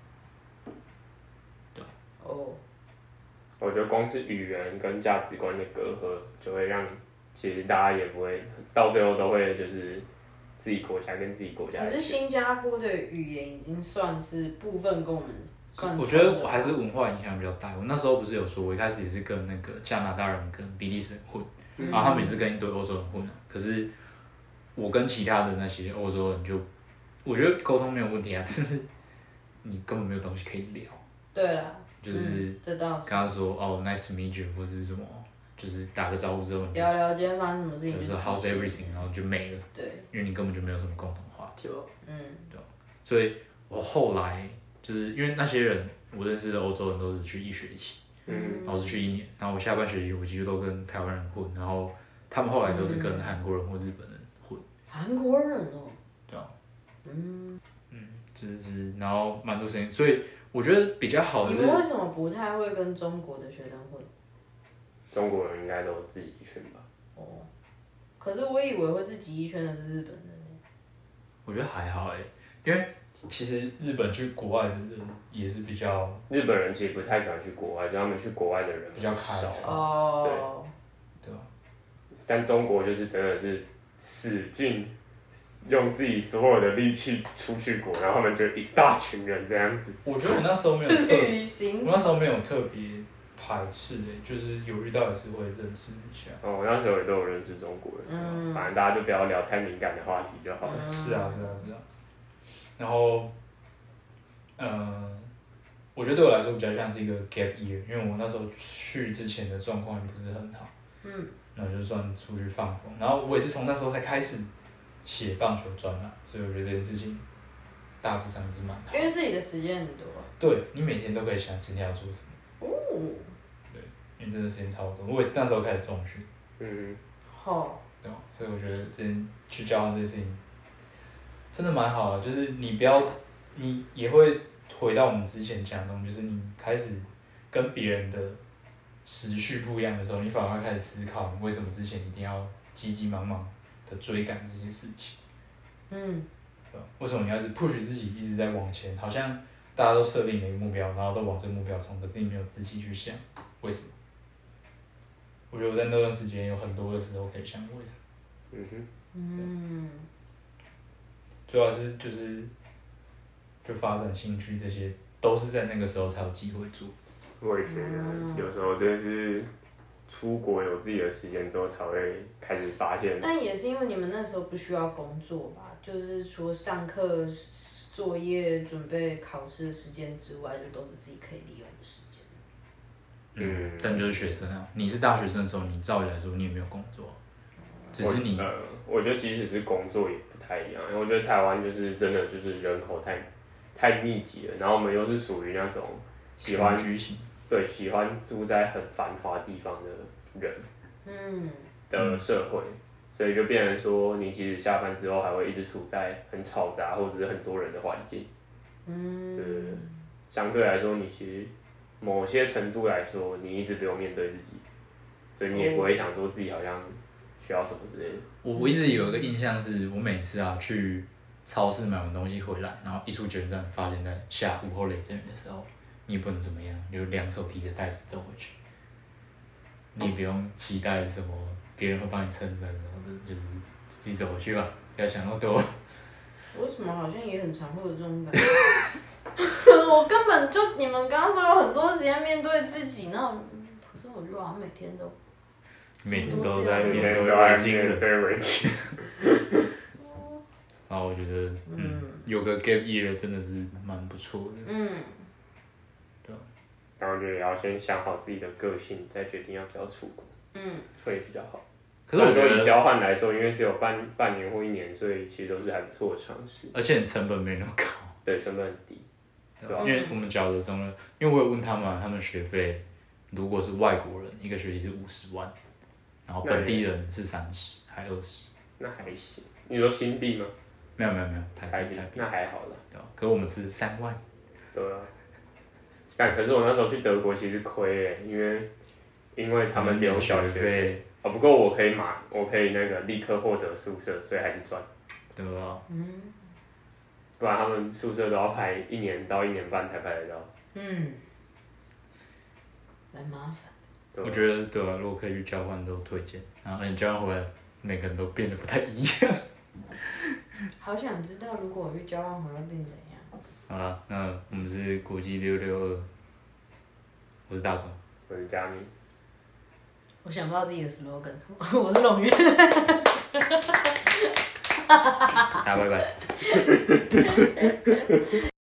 Speaker 1: 哦，
Speaker 3: 我觉得光是语言跟价值观的隔阂，就会让其实大家也不会到最后都会就是自己国家跟自己国家。
Speaker 1: 可是新加坡的语言已经算是部分跟我们算。
Speaker 2: 我觉得我还是文化影响比较大。我那时候不是有说，我一开始也是跟那个加拿大人跟比利时人混，嗯、然后他们也是跟一堆欧洲人混啊。可是我跟其他的那些欧洲人就，我觉得沟通没有问题啊，但是你根本没有东西可以聊。
Speaker 1: 对啦。
Speaker 2: 就是跟他说、嗯、哦 ，nice to meet you， 或是什么，就是打个招呼之后，
Speaker 1: 聊聊今天发生什么事情，
Speaker 2: 就是 how's everything， 然后就没了。
Speaker 1: 对，
Speaker 2: 因为你根本就没有什么共同话题。
Speaker 1: 嗯，
Speaker 2: 对。所以我后来就是因为那些人，我认识的欧洲人都是去一学期，嗯，然后我是去一年，然后我下半学期我几乎都跟台湾人混，然后他们后来都是跟韩国人或日本人混。
Speaker 1: 韩国人哦。
Speaker 2: 对啊。嗯嗯，就是然后蛮多时间，所以。我觉得比较好的是。
Speaker 1: 你们为什么不太会跟中国的学生混？
Speaker 3: 中国人应该都自己一圈吧。
Speaker 1: 哦，可是我以为会自己一圈的是日本人。
Speaker 2: 我觉得还好哎、欸，因为其实日本去国外的人也是比较。
Speaker 3: 日本人其实不太喜欢去国外，只是他们去国外的人
Speaker 2: 比较开放。
Speaker 1: 哦。
Speaker 2: 对。对吧？
Speaker 3: 但中国就是真的是使劲。用自己所有的力气出去国，然后他们就一大群人这样子。
Speaker 2: 我觉得我那时候没有特，我那时候没有特别排斥诶、欸，就是有遇到也是会认识一下。
Speaker 3: 哦，我那时候也都有认识中国人，嗯、反正大家就不要聊太敏感的话题就好了。
Speaker 2: 嗯、是啊，是啊，是啊。然后，嗯、呃，我觉得对我来说比较像是一个 gap year， 因为我那时候去之前的状况也不是很好，嗯，然后就算出去放风，然后我也是从那时候才开始。写棒球专栏，所以我觉得这件事情大致上是蛮好。
Speaker 1: 因为自己的时间很多。
Speaker 2: 对，你每天都可以想今天要做什么。
Speaker 1: 哦。
Speaker 2: 对。 因为真的时间超多。我也是那时候开始重训。
Speaker 3: 嗯。
Speaker 1: 好。
Speaker 2: 对，所以我觉得之前去交换这件事情真的蛮好的，就是你不要，你也会回到我们之前讲的东西，就是你开始跟别人的时序不一样的时候，你反而会开始思考，你为什么之前一定要急急忙忙的追赶这些事情。
Speaker 1: 嗯。
Speaker 2: 对吧？为什么你要一直 push 自己一直在往前？好像大家都设定了一个目标，然后都往这个目标冲，可是你没有仔细去想为什么。我觉得我在那段时间有很多的时候可以想为什么。
Speaker 3: 嗯哼。
Speaker 1: 嗯。
Speaker 2: 主要是就是就发展兴趣这些，都是在那个时候才有机会做。
Speaker 3: 我也觉得有时候真的是出国有自己的时间之后，才会开始发现。
Speaker 1: 但也是因为你们那时候不需要工作吧？就是除了上课、作业、准备考试的时间之外，就都是自己可以利用的时间。
Speaker 2: 嗯，但就是学生啊，你是大学生的时候，你照理来说你也没有工作，只是你。
Speaker 3: 我呃，我觉得即使是工作也不太一样，因为我觉得台湾就是真的就是人口太太密集了，然后我们又是属于那种喜欢
Speaker 2: 居型，
Speaker 3: 对，喜欢住在很繁华地方的人，
Speaker 1: 嗯，
Speaker 3: 的社会，所以就变成说，你其实下班之后还会一直处在很嘈杂或者是很多人的环境，
Speaker 1: 嗯，
Speaker 3: 对，相对来说，你其实某些程度来说，你一直不用面对自己，所以你也不会想说自己好像需要什么之类的。
Speaker 2: 我我一直有一个印象是，我每次啊去超市买完东西回来，然后一出捷运站，发现在下午或雷阵雨的时候，你也不能怎么样，你就两手提着袋子走回去，你也不用期待什么别人会帮你撑伞什么的，就是自己走回去吧，不要想那么多。
Speaker 1: 我怎么好像也很常会有这种感觉？我根本就你们刚刚说有很多时间面对自己，那可是我觉得好像每天都
Speaker 2: 每天都在面对
Speaker 3: 危机的，对危机。
Speaker 2: 然后我觉得，嗯，有个 gap year 真的是蛮不错的。
Speaker 1: 嗯。
Speaker 3: 对。然后就也要先想好自己的个性，再决定要不要出国。嗯。会比较好。可是我觉得以交换来说，因为只有半半年或一年，所以其实都是还不错的尝试。
Speaker 2: 而且成本没那么高。
Speaker 3: 对，成本很低。
Speaker 2: 对吧？因为我们缴的中了，因为我有问他们、啊，他们学费如果是外国人，一个学期是五十万，然后本地人是三十，还二十。
Speaker 3: 那还行。你说新币吗？
Speaker 2: 没有没有没有，台
Speaker 3: 币台币。那还好啦。
Speaker 2: 对吧？可是我们是三万。
Speaker 3: 对啊。但可是我那时候去德国其实亏诶，因为因为他们没有小学费。哦，不过我可以买，我可以那个立刻获得宿舍，所以还是赚。
Speaker 2: 对啊。嗯。
Speaker 3: 不然他们宿舍都要排一年到一年半才排得到。
Speaker 1: 嗯。蛮麻烦。
Speaker 2: 我觉得对啊，如果可以去交换都推荐，然后你交换回来，每个人都变得不太一样。
Speaker 1: 好想知道，如果我去交换回来变怎样。
Speaker 2: 好啦，那我们是国际六六二，我是大总，
Speaker 3: 我是佳明。
Speaker 1: 我想不到自己的 slogan， 我是龙源。
Speaker 2: 大家拜拜。